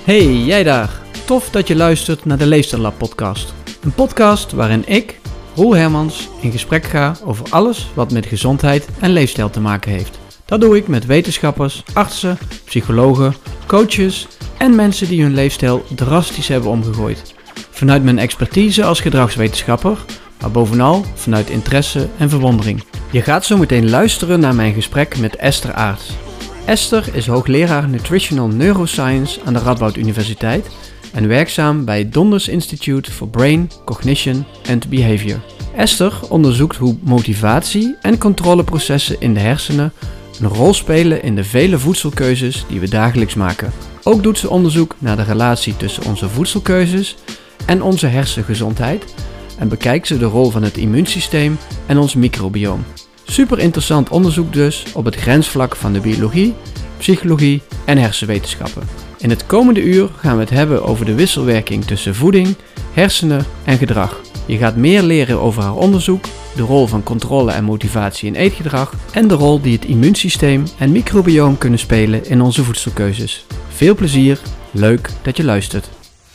Hey, jij daar. Tof dat je luistert naar de Leefstijllab podcast. Een podcast waarin ik, Roel Hermans, in gesprek ga over alles wat met gezondheid en leefstijl te maken heeft. Dat doe ik met wetenschappers, artsen, psychologen, coaches en mensen die hun leefstijl drastisch hebben omgegooid. Vanuit mijn expertise als gedragswetenschapper, maar bovenal vanuit interesse en verwondering. Je gaat zo meteen luisteren naar mijn gesprek met Esther Aarts. Esther is hoogleraar Nutritional Neuroscience aan de Radboud Universiteit en werkzaam bij het Donders Institute for Brain, Cognition and Behavior. Esther onderzoekt hoe motivatie en controleprocessen in de hersenen een rol spelen in de vele voedselkeuzes die we dagelijks maken. Ook doet ze onderzoek naar de relatie tussen onze voedselkeuzes en onze hersengezondheid en bekijkt ze de rol van het immuunsysteem en ons microbioom. Super interessant onderzoek dus op het grensvlak van de biologie, psychologie en hersenwetenschappen. In het komende uur gaan we het hebben over de wisselwerking tussen voeding, hersenen en gedrag. Je gaat meer leren over haar onderzoek, de rol van controle en motivatie in eetgedrag en de rol die het immuunsysteem en microbioom kunnen spelen in onze voedselkeuzes. Veel plezier, leuk dat je luistert.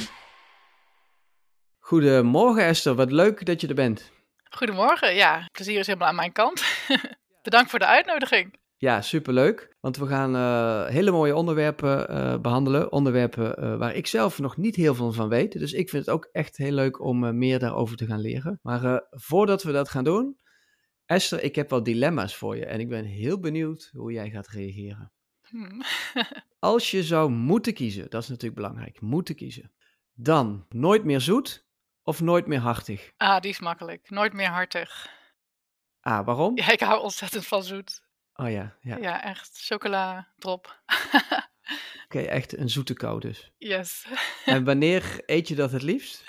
Goedemorgen Esther, wat leuk dat je er bent. Goedemorgen, ja, plezier is helemaal aan mijn kant. Bedankt voor de uitnodiging. Ja, superleuk, want we gaan hele mooie onderwerpen behandelen. Onderwerpen waar ik zelf nog niet heel veel van weet. Dus ik vind het ook echt heel leuk om meer daarover te gaan leren. Maar voordat we dat gaan doen, Esther, ik heb wat dilemma's voor je. En ik ben heel benieuwd hoe jij gaat reageren. Als je zou moeten kiezen, dat is natuurlijk belangrijk, moeten kiezen. Dan nooit meer zoet of nooit meer hartig? Die is makkelijk. Nooit meer hartig. Waarom? Ja, ik hou ontzettend van zoet. Oh ja. Ja, echt. Chocola, drop. Oké, echt een zoete kou dus. Yes. En wanneer eet je dat het liefst?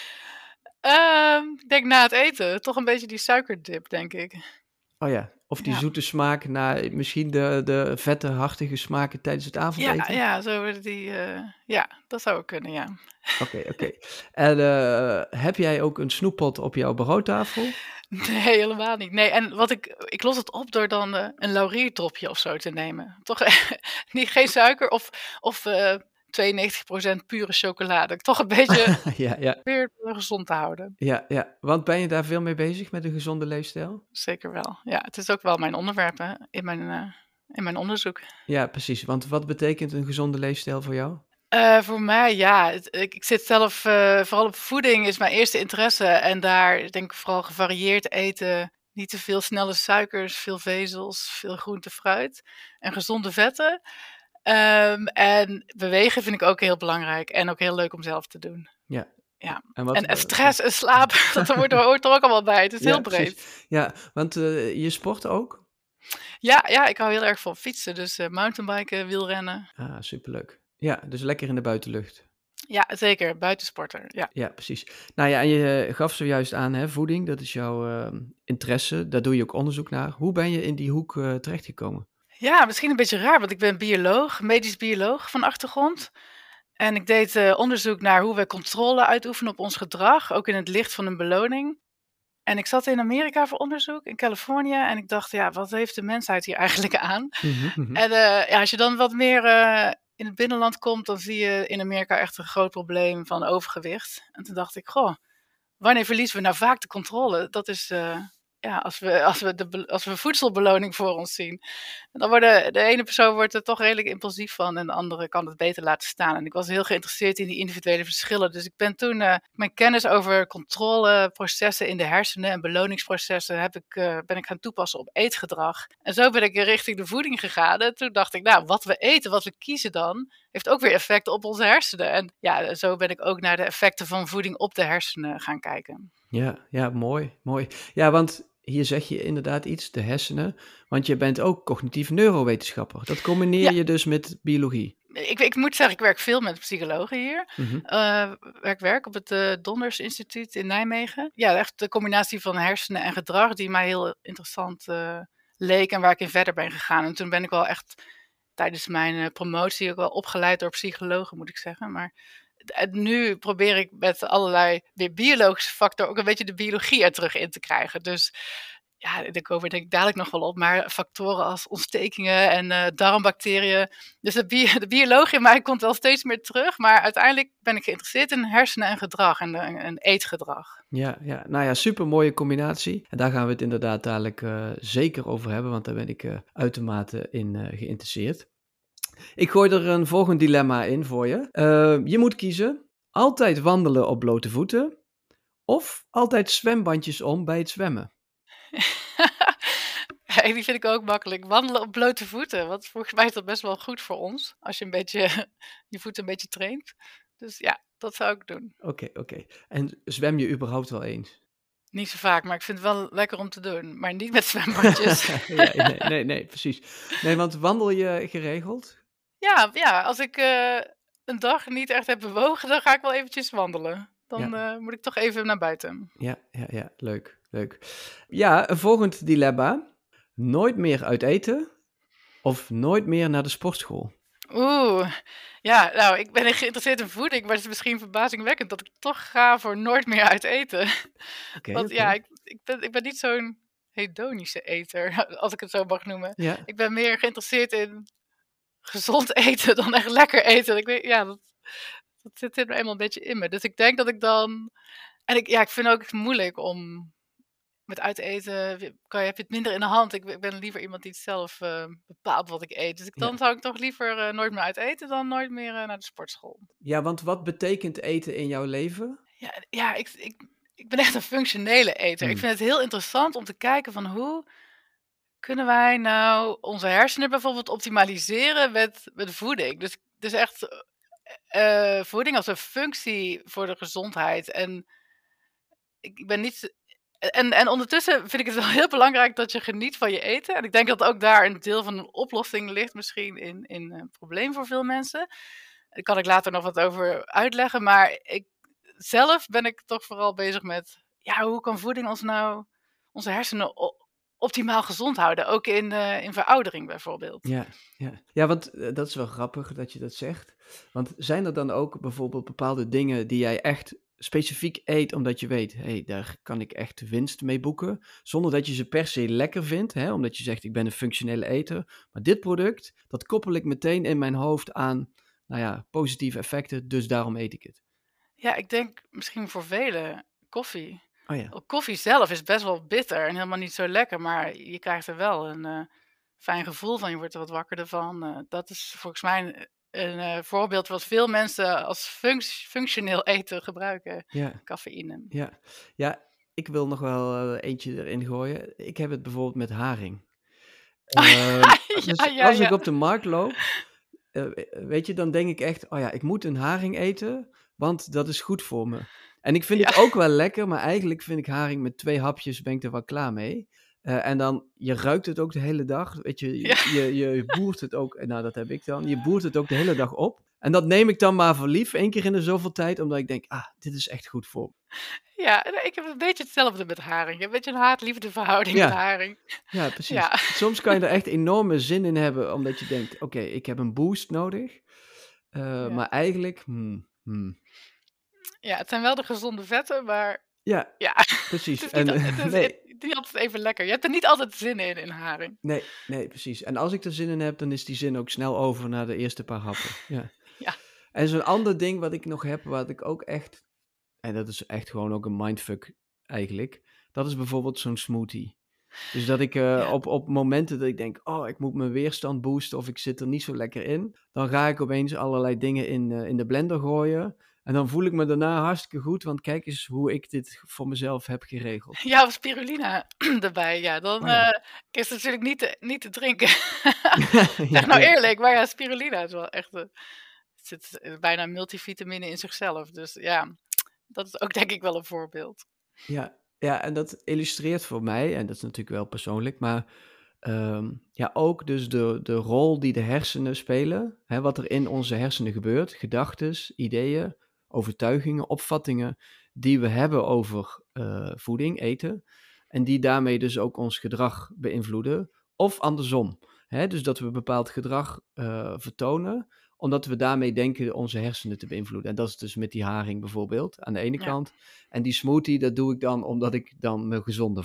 Ik denk na het eten. Toch een beetje die suikerdip, denk ik. Oh ja, of die zoete smaak na misschien de vette, hartige smaken tijdens het avondeten? Ja, zo wordt die... ja, dat zou ook kunnen, ja. Oké. En heb jij ook een snoeppot op jouw bureautafel? Nee, helemaal niet. Nee, en ik los het op door dan een laurierdropje of zo te nemen. Toch geen suiker of 92% pure chocolade. Toch een beetje weer gezond te houden. Ja, want ben je daar veel mee bezig met een gezonde leefstijl? Zeker wel. Ja, het is ook wel mijn onderwerp hè, in mijn onderzoek. Ja, precies. Want wat betekent een gezonde leefstijl voor jou? Voor mij, ja. Ik zit zelf vooral op voeding is mijn eerste interesse. En daar denk ik vooral gevarieerd eten. Niet te veel snelle suikers, veel vezels, veel groente, fruit en gezonde vetten. En bewegen vind ik ook heel belangrijk en ook heel leuk om zelf te doen. Ja. En stress en slaap, dat hoort er ook allemaal bij. Het is heel breed. Precies. Ja, want je sport ook? Ja, ik hou heel erg van fietsen. Dus mountainbiken, wielrennen. Superleuk. Ja, dus lekker in de buitenlucht. Ja, zeker. Buitensporter, ja. Ja, precies. Nou ja, en je gaf zojuist aan, hè, voeding, dat is jouw interesse. Daar doe je ook onderzoek naar. Hoe ben je in die hoek terechtgekomen? Ja, misschien een beetje raar, want ik ben bioloog, medisch bioloog van achtergrond. En ik deed onderzoek naar hoe we controle uitoefenen op ons gedrag, ook in het licht van een beloning. En ik zat in Amerika voor onderzoek, in Californië. En ik dacht, ja, wat heeft de mensheid hier eigenlijk aan? En als je dan wat meer in het binnenland komt, dan zie je in Amerika echt een groot probleem van overgewicht. En toen dacht ik, wanneer verliezen we nou vaak de controle? Dat is als we voedselbeloning voor ons zien. Dan de ene persoon wordt er toch redelijk impulsief van en de andere kan het beter laten staan. En ik was heel geïnteresseerd in die individuele verschillen. Dus ik ben toen mijn kennis over controleprocessen in de hersenen en beloningsprocessen ben ik gaan toepassen op eetgedrag. En zo ben ik richting de voeding gegaan. En toen dacht ik, nou, wat we eten, wat we kiezen dan, heeft ook weer effecten op onze hersenen. En ja, zo ben ik ook naar de effecten van voeding op de hersenen gaan kijken. Ja, mooi. Ja, want hier zeg je inderdaad iets, de hersenen. Want je bent ook cognitief neurowetenschapper. Dat combineer je dus met biologie. Ik moet zeggen, ik werk veel met psychologen hier. Ik werk op het Donders Instituut in Nijmegen. Ja, echt de combinatie van hersenen en gedrag die mij heel interessant leek en waar ik in verder ben gegaan. En toen ben ik wel echt tijdens mijn promotie ook wel opgeleid door psychologen, moet ik zeggen. Maar nu probeer ik met allerlei weer biologische factoren ook een beetje de biologie er terug in te krijgen. Dus Ja, daar komen we denk ik dadelijk nog wel op, maar factoren als ontstekingen en darmbacteriën. Dus de bioloog in mij komt wel steeds meer terug, maar uiteindelijk ben ik geïnteresseerd in hersenen en gedrag en eetgedrag. Ja, ja, nou ja, super mooie combinatie. En daar gaan we het inderdaad dadelijk zeker over hebben, want daar ben ik uitermate in geïnteresseerd. Ik gooi er een volgend dilemma in voor je. Je moet kiezen: altijd wandelen op blote voeten of altijd zwembandjes om bij het zwemmen. Hey, die vind ik ook makkelijk. Wandelen op blote voeten, want volgens mij is dat best wel goed voor ons, als je een beetje je voeten een beetje traint. Dus ja, dat zou ik doen. Oké. En zwem je überhaupt wel eens? Niet zo vaak, maar ik vind het wel lekker om te doen, maar niet met zwembadjes. Ja, nee, precies. Nee, want wandel je geregeld? Ja, als ik een dag niet echt heb bewogen, dan ga ik wel eventjes wandelen. Dan Ja, moet ik toch even naar buiten. ja, leuk. Ja, een volgend dilemma. Nooit meer uit eten of nooit meer naar de sportschool? Oeh, ja, nou, ik ben geïnteresseerd in voeding, maar het is misschien verbazingwekkend dat ik toch ga voor nooit meer uit eten. Want ja, Oké. ik ben niet zo'n hedonische eter, als ik het zo mag noemen. Ja, Ik ben meer geïnteresseerd in gezond eten dan echt lekker eten. Ik weet, ja, dat zit er nou eenmaal een beetje in me. Dus ik denk dat ik dan. En ik vind ook het moeilijk om met uit eten. Heb je het minder in de hand. Ik ben liever iemand die het zelf bepaalt wat ik eet. Dus ja. dan zou ik toch liever nooit meer uit eten dan nooit meer naar de sportschool. Ja, want wat betekent eten in jouw leven? Ja, ik ben echt een functionele eter. Ik Hmm. vind het heel interessant om te kijken van hoe kunnen wij nou onze hersenen bijvoorbeeld optimaliseren met voeding. Dus echt voeding als een functie voor de gezondheid. En ik ben niet. En ondertussen vind ik het wel heel belangrijk dat je geniet van je eten. En ik denk dat ook daar een deel van een oplossing ligt, misschien in een probleem voor veel mensen. Daar kan ik later nog wat over uitleggen. Maar zelf ben ik toch vooral bezig met, ja, hoe kan voeding ons nou, onze hersenen optimaal gezond houden? Ook in veroudering bijvoorbeeld. Ja, want dat is wel grappig dat je dat zegt. Want zijn er dan ook bijvoorbeeld bepaalde dingen die jij echt specifiek eet omdat je weet, hé, daar kan ik echt winst mee boeken, zonder dat je ze per se lekker vindt, hè? Omdat je zegt, ik ben een functionele eter, maar dit product, dat koppel ik meteen in mijn hoofd aan, nou ja, positieve effecten, dus daarom eet ik het. Ja, ik denk misschien voor velen koffie. Oh ja, Koffie zelf is best wel bitter en helemaal niet zo lekker, maar je krijgt er wel een fijn gevoel van. Je wordt er wat wakkerder van. Dat is volgens mij een voorbeeld wat veel mensen als functioneel eten gebruiken. ja, Cafeïne. ja. Ja, ik wil nog wel eentje erin gooien. Ik heb het bijvoorbeeld met haring. Ehm, dus als ik Ja. op de markt loop, weet je, dan denk ik echt: "Oh ja, ik moet een haring eten, want dat is goed voor me." En ik vind Ja, het ook wel lekker, maar eigenlijk vind ik haring met 2 hapjes ben ik er wel klaar mee. En dan je ruikt het ook de hele dag, weet je, ja. je boert het ook nou, dat heb ik dan. Je boert het ook de hele dag op. En dat neem ik dan maar voor lief, 1 keer in de zoveel tijd, omdat ik denk: "Ah, dit is echt goed voor me." Ja, en ik heb een beetje hetzelfde met haring. Ik heb een beetje een haat-liefde verhouding met Ja, haring. ja, precies. Ja. Soms kan je er echt enorme zin in hebben, omdat je denkt: "Oké, ik heb een boost nodig." Ja. Maar eigenlijk, Ja, het zijn wel de gezonde vetten, maar ja, ja, precies. het En is nee, niet altijd even lekker. Je hebt er niet altijd zin in haring. nee, precies. En als ik er zin in heb, dan is die zin ook snel over na de eerste paar happen. Ja. Ja. En zo'n ander ding wat ik nog heb, wat ik ook echt, en dat is echt gewoon ook een mindfuck eigenlijk, dat is bijvoorbeeld zo'n smoothie. Dus dat ik Ja. op momenten dat ik denk, oh, ik moet mijn weerstand boosten of ik zit er niet zo lekker in, dan ga ik opeens allerlei dingen in de blender gooien. En dan voel ik me daarna hartstikke goed, want kijk eens hoe ik dit voor mezelf heb geregeld. Ja, of spirulina erbij. Ja, dan Oh ja. is het natuurlijk niet te drinken. Zeg Ja, nou ja, eerlijk, maar ja, spirulina is wel echt zit bijna multivitamine in zichzelf. Dus ja, dat is ook denk ik wel een voorbeeld. ja, en dat illustreert voor mij, en dat is natuurlijk wel persoonlijk, maar ja, ook dus de rol die de hersenen spelen, hè, wat er in onze hersenen gebeurt, gedachtes, ideeën, overtuigingen, opvattingen, die we hebben over voeding, eten, en die daarmee dus ook ons gedrag beïnvloeden, of andersom. Hè, dus dat we bepaald gedrag vertonen, omdat we daarmee denken onze hersenen te beïnvloeden. En dat is dus met die haring bijvoorbeeld, aan de ene Ja. kant. En die smoothie, dat doe ik dan omdat ik dan me gezonder voel.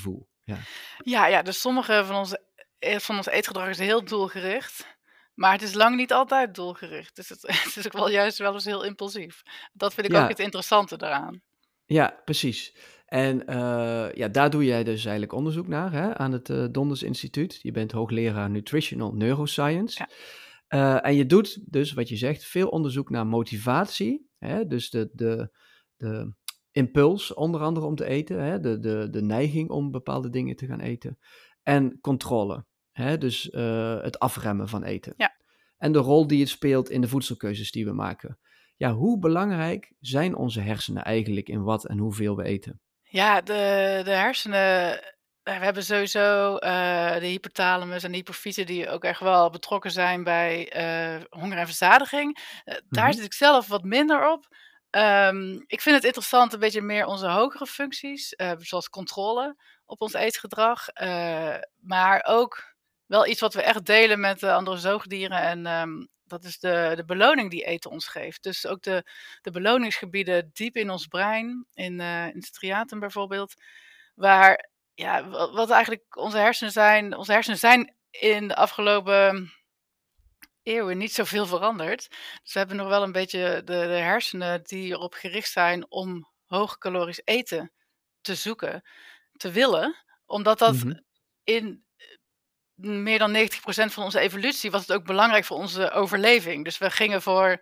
Ja. Ja, dus sommige van ons eetgedrag is heel doelgericht, maar het is lang niet altijd doelgericht. Dus het het is ook wel juist wel eens heel impulsief. Dat vind ik ook het Ja, interessante daaraan. ja, precies. En ja, daar doe jij dus eigenlijk onderzoek naar, hè, aan het Donders Instituut. Je bent hoogleraar Nutritional Neuroscience. Ja. En je doet dus, wat je zegt, veel onderzoek naar motivatie. Hè, dus de impuls, onder andere om te eten. Hè, de neiging om bepaalde dingen te gaan eten. En controle. Hè, dus het afremmen van eten. Ja. En de rol die het speelt in de voedselkeuzes die we maken. Ja, hoe belangrijk zijn onze hersenen eigenlijk in wat en hoeveel we eten? Ja, de hersenen, we hebben sowieso, de hypothalamus en de hypofyse die ook echt wel betrokken zijn bij, honger en verzadiging. Daar Mhm, zit ik zelf wat minder op. Ik vind het interessant een beetje meer onze hogere functies, zoals controle op ons eetgedrag. Maar ook wel iets wat we echt delen met de andere zoogdieren en, dat is de beloning die eten ons geeft. Dus ook de beloningsgebieden diep in ons brein, in het striatum bijvoorbeeld, waar ja, wat eigenlijk onze hersenen zijn in de afgelopen eeuwen niet zoveel veranderd. Dus we hebben nog wel een beetje de hersenen die erop gericht zijn om hoogcalorisch eten te zoeken, te willen, omdat dat mhm. in meer dan 90% van onze evolutie was het ook belangrijk voor onze overleving. Dus we gingen voor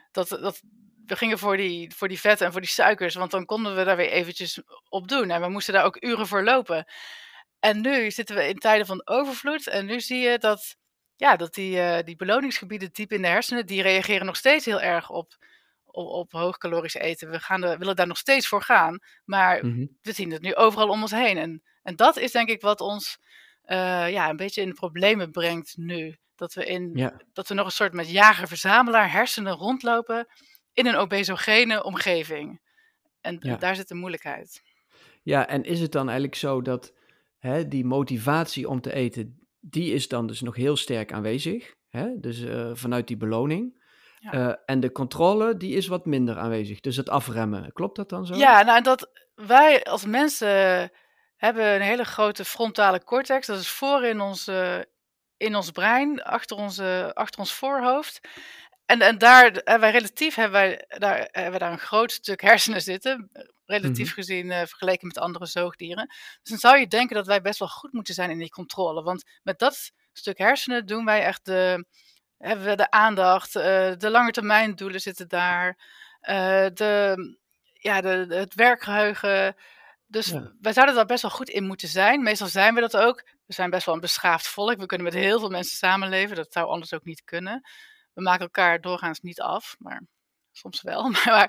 we gingen voor die vetten en voor die suikers, want dan konden we daar weer eventjes op doen. En we moesten daar ook uren voor lopen. En nu zitten we in tijden van overvloed. En nu zie je dat, ja, dat die beloningsgebieden diep in de hersenen, die reageren nog steeds heel erg op hoogcalorisch eten. Willen daar nog steeds voor gaan. Maar Mhm. we zien het nu overal om ons heen. En dat is denk ik wat ons ja, een beetje in de problemen brengt nu. Ja, Dat we nog een soort met jager-verzamelaar hersenen rondlopen in een obesogene omgeving. En ja. daar zit de moeilijkheid. Ja, en is het dan eigenlijk zo dat hè, die motivatie om te eten, die is dan dus nog heel sterk aanwezig, hè? Dus vanuit die beloning. Ja. En de controle, die is wat minder aanwezig. Dus het afremmen, klopt dat dan zo? Ja, nou, en dat wij als mensen hebben een hele grote frontale cortex. Dat is voor in ons brein, achter ons voorhoofd. En daar hebben wij daar een groot stuk hersenen zitten, Mhm, relatief gezien, vergeleken met andere zoogdieren. Dus dan zou je denken dat wij best wel goed moeten zijn in die controle. Want met dat stuk hersenen doen wij echt hebben we de aandacht, de langetermijndoelen zitten daar, de het werkgeheugen. Dus ja. wij zouden daar best wel goed in moeten zijn. Meestal zijn we dat ook. We zijn best wel een beschaafd volk. We kunnen met heel veel mensen samenleven. Dat zou anders ook niet kunnen. We maken elkaar doorgaans niet af, maar soms wel.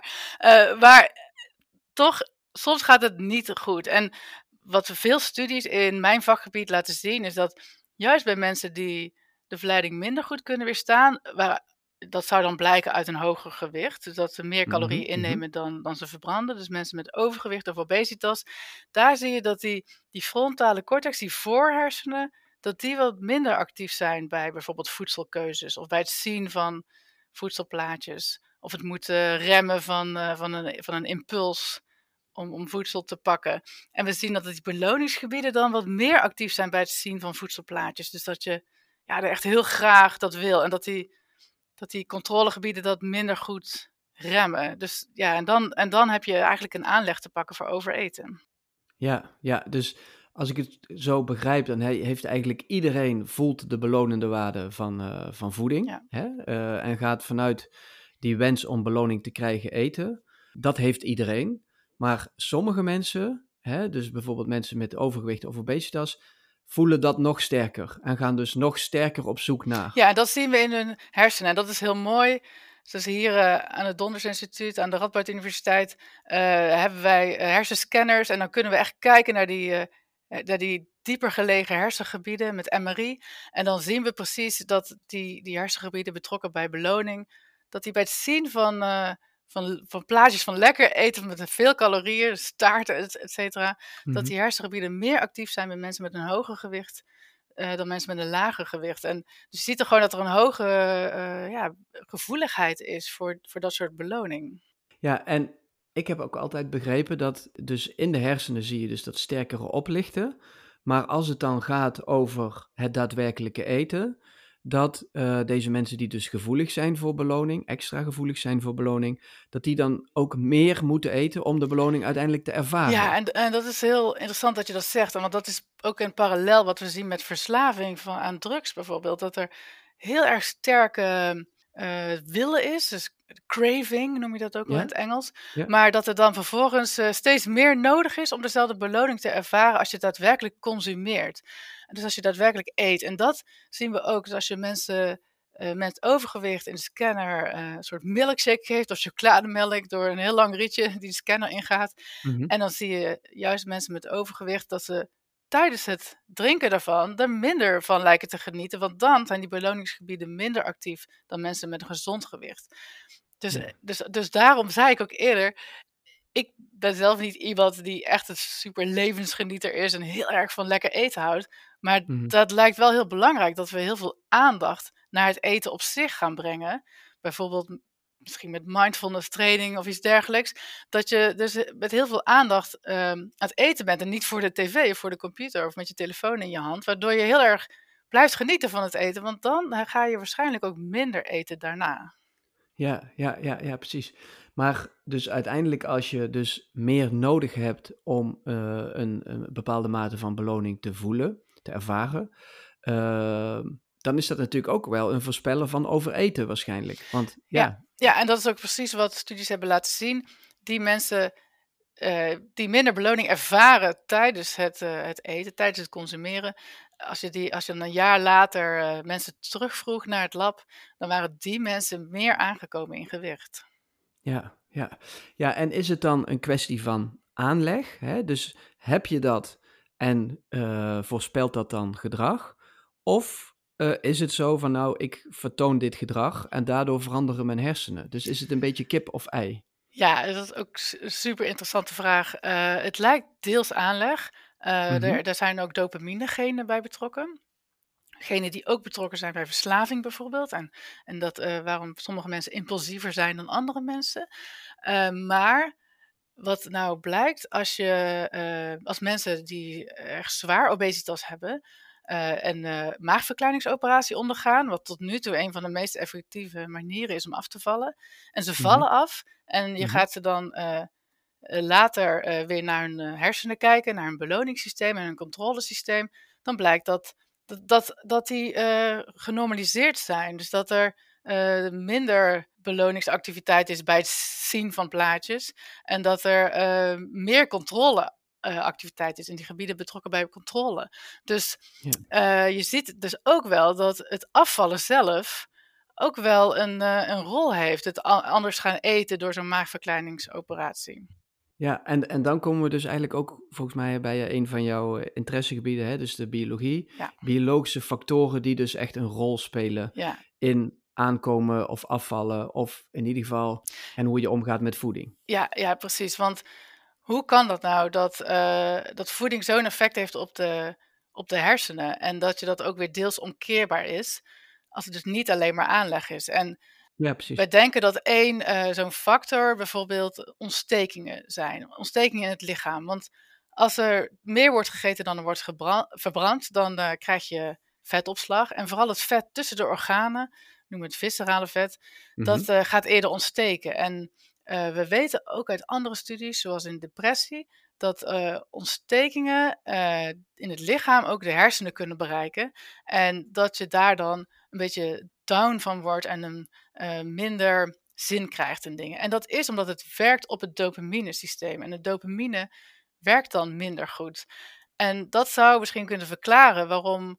Maar toch, soms gaat het niet goed. En wat veel studies in mijn vakgebied laten zien, is dat juist bij mensen die de verleiding minder goed kunnen weerstaan, dat zou dan blijken uit een hoger gewicht, dus dat ze meer Mhm, calorieën mhm. innemen dan ze verbranden. Dus mensen met overgewicht of obesitas, daar zie je dat die frontale cortex, die voorhersenen, dat die wat minder actief zijn bij bijvoorbeeld voedselkeuzes of bij het zien van voedselplaatjes. Of het moeten remmen van een impuls om voedsel te pakken. En we zien dat die beloningsgebieden dan wat meer actief zijn bij het zien van voedselplaatjes. Dus dat je ja, er echt heel graag dat wil. En dat die controlegebieden dat minder goed remmen. Dus ja, en dan heb je eigenlijk een aanleg te pakken voor overeten. Ja, ja, dus als ik het zo begrijp, dan heeft eigenlijk iedereen voelt de belonende waarde van voeding, Ja. hè? En gaat vanuit die wens om beloning te krijgen eten. Dat heeft iedereen. Maar sommige mensen, hè, dus bijvoorbeeld mensen met overgewicht of obesitas, voelen dat nog sterker en gaan dus nog sterker op zoek naar. Ja, en dat zien we in hun hersenen. En dat is heel mooi. Dus hier aan het Donders Instituut, aan de Radboud Universiteit, hebben wij hersenscanners. En dan kunnen we echt kijken naar die dieper gelegen hersengebieden met MRI. En dan zien we precies dat die hersengebieden betrokken bij beloning, dat die bij het zien van plaatjes van lekker eten met veel calorieën, staarten, et cetera, dat Mhm. die hersengebieden meer actief zijn bij mensen met een hoger gewicht dan mensen met een lager gewicht. En dus je ziet er gewoon dat er een hoge ja, gevoeligheid is voor dat soort beloning. Ja, en ik heb ook altijd begrepen dat dus in de hersenen zie je dus dat sterkere oplichten. Maar als het dan gaat over het daadwerkelijke eten, dat deze mensen die dus gevoelig zijn voor beloning, extra gevoelig zijn voor beloning, dat die dan ook meer moeten eten om de beloning uiteindelijk te Ja, ervaren. en dat is heel interessant dat je dat zegt. Want dat is ook een parallel wat we zien met verslaving aan drugs bijvoorbeeld. Dat er heel erg sterke willen is. Dus craving noem je dat ook wel in Ja? het Engels. Ja? Maar dat er dan vervolgens steeds meer nodig is om dezelfde beloning te ervaren als je het daadwerkelijk consumeert. Dus als je daadwerkelijk eet. En dat zien we ook. Dus als je mensen met overgewicht in de scanner een soort milkshake geeft of chocolademelk door een heel lang rietje die de scanner ingaat. Mhm. En dan zie je juist mensen met overgewicht dat ze tijdens het drinken daarvan er minder van lijken te genieten. Want dan zijn die beloningsgebieden minder actief dan mensen met een gezond gewicht. Dus, Ja. dus daarom zei ik ook eerder, ik ben zelf niet iemand die echt een super levensgenieter is en heel erg van lekker eten houdt. Maar Mhm. dat lijkt wel heel belangrijk dat we heel veel aandacht naar het eten op zich gaan brengen. Bijvoorbeeld misschien met mindfulness training of iets dergelijks. Dat je dus met heel veel aandacht aan het eten bent en niet voor de tv of voor de computer of met je telefoon in je hand. Waardoor je heel erg blijft genieten van het eten, want dan ga je waarschijnlijk ook minder eten daarna. Ja, precies. Maar dus uiteindelijk als je dus meer nodig hebt om een bepaalde mate van beloning te voelen, te ervaren, dan is dat natuurlijk ook wel een voorspeller van overeten waarschijnlijk. Want Ja, ja, ja, en dat is ook precies wat studies hebben laten zien. Die mensen die minder beloning ervaren tijdens het eten, tijdens het consumeren. Als je dan een jaar later mensen terugvroeg naar het lab, dan waren die mensen meer aangekomen in gewicht. ja. Ja, en is het dan een kwestie van aanleg? Hè? Dus heb je dat en voorspelt dat dan gedrag? Of is het zo van nou, ik vertoon dit gedrag en daardoor veranderen mijn hersenen? Dus is het een beetje kip of ei? Ja, dat is ook een super interessante vraag. Het lijkt deels aanleg. Mhm, Er zijn ook dopamine-genen bij betrokken. Genen die ook betrokken zijn bij verslaving bijvoorbeeld. En dat, waarom sommige mensen impulsiever zijn dan andere mensen. Maar wat nou blijkt, als mensen die erg zwaar obesitas hebben en maagverkleiningsoperatie ondergaan, wat tot nu toe een van de meest effectieve manieren is om af te vallen, en ze mhm, vallen af en je mhm. gaat ze dan later weer naar hun hersenen kijken, naar hun beloningssysteem en hun controlesysteem, dan blijkt dat die genormaliseerd zijn. Dus dat er minder beloningsactiviteit is bij het zien van plaatjes. En dat er meer controleactiviteit is in die gebieden betrokken bij controle. Dus Ja. je ziet dus ook wel dat het afvallen zelf ook wel een rol heeft. Het anders gaan eten door zo'n maagverkleiningsoperatie. Ja, en dan komen we dus eigenlijk ook volgens mij bij een van jouw interessegebieden, hè, dus de biologie. Ja, Biologische factoren die dus echt een rol spelen ja. in aankomen of afvallen, of in ieder geval en hoe je omgaat met voeding. Ja, precies. Want hoe kan dat nou dat voeding zo'n effect heeft op de hersenen en dat je dat ook weer deels omkeerbaar is, als het dus niet alleen maar aanleg is? En Ja, wij precies. denken dat één zo'n factor bijvoorbeeld ontstekingen zijn, ontstekingen in het lichaam. Want als er meer wordt gegeten dan er wordt verbrand, dan krijg je vetopslag. En vooral het vet tussen de organen, noemen we het viscerale vet, dat Mhm, gaat eerder ontsteken. En we weten ook uit andere studies, zoals in depressie, dat ontstekingen in het lichaam ook de hersenen kunnen bereiken. En dat je daar dan een beetje down van wordt en een minder zin krijgt in dingen. En dat is omdat het werkt op het dopamine-systeem. En het dopamine werkt dan minder goed. En dat zou misschien kunnen verklaren waarom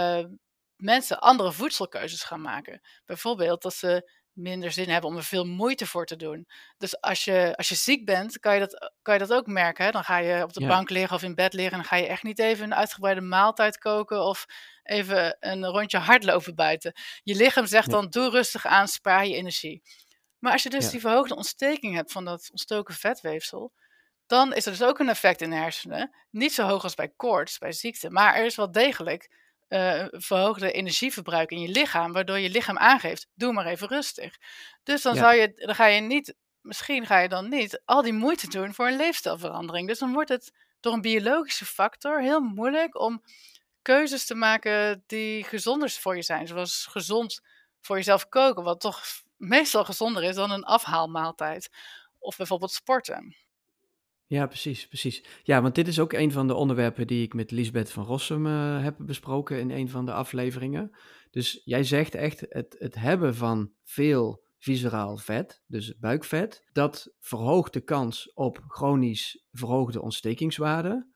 mensen andere voedselkeuzes gaan maken. Bijvoorbeeld dat ze minder zin hebben om er veel moeite voor te doen. Dus als je ziek bent, kan je dat ook merken. Hè? Dan ga je op de ja, bank liggen of in bed liggen en dan ga je echt niet even een uitgebreide maaltijd koken of even een rondje hardlopen buiten. Je lichaam zegt nee, dan, doe rustig aan, spaar je energie. Maar als je dus ja, die verhoogde ontsteking hebt van dat ontstoken vetweefsel, dan is er dus ook een effect in de hersenen. Niet zo hoog als bij koorts, bij ziekte, maar er is wel degelijk verhoogde energieverbruik in je lichaam, waardoor je lichaam aangeeft, doe maar even rustig. Dus dan ja, ga je niet, misschien ga je dan niet al die moeite doen voor een leefstijlverandering. Dus dan wordt het door een biologische factor heel moeilijk om keuzes te maken die gezonder voor je zijn. Zoals gezond voor jezelf koken, wat toch meestal gezonder is dan een afhaalmaaltijd. Of bijvoorbeeld sporten. Ja, precies, precies. Ja, want dit is ook een van de onderwerpen die ik met Liesbeth van Rossum heb besproken in een van de afleveringen. Dus jij zegt echt, het hebben van veel visceraal vet, dus buikvet, dat verhoogt de kans op chronisch verhoogde ontstekingswaarden.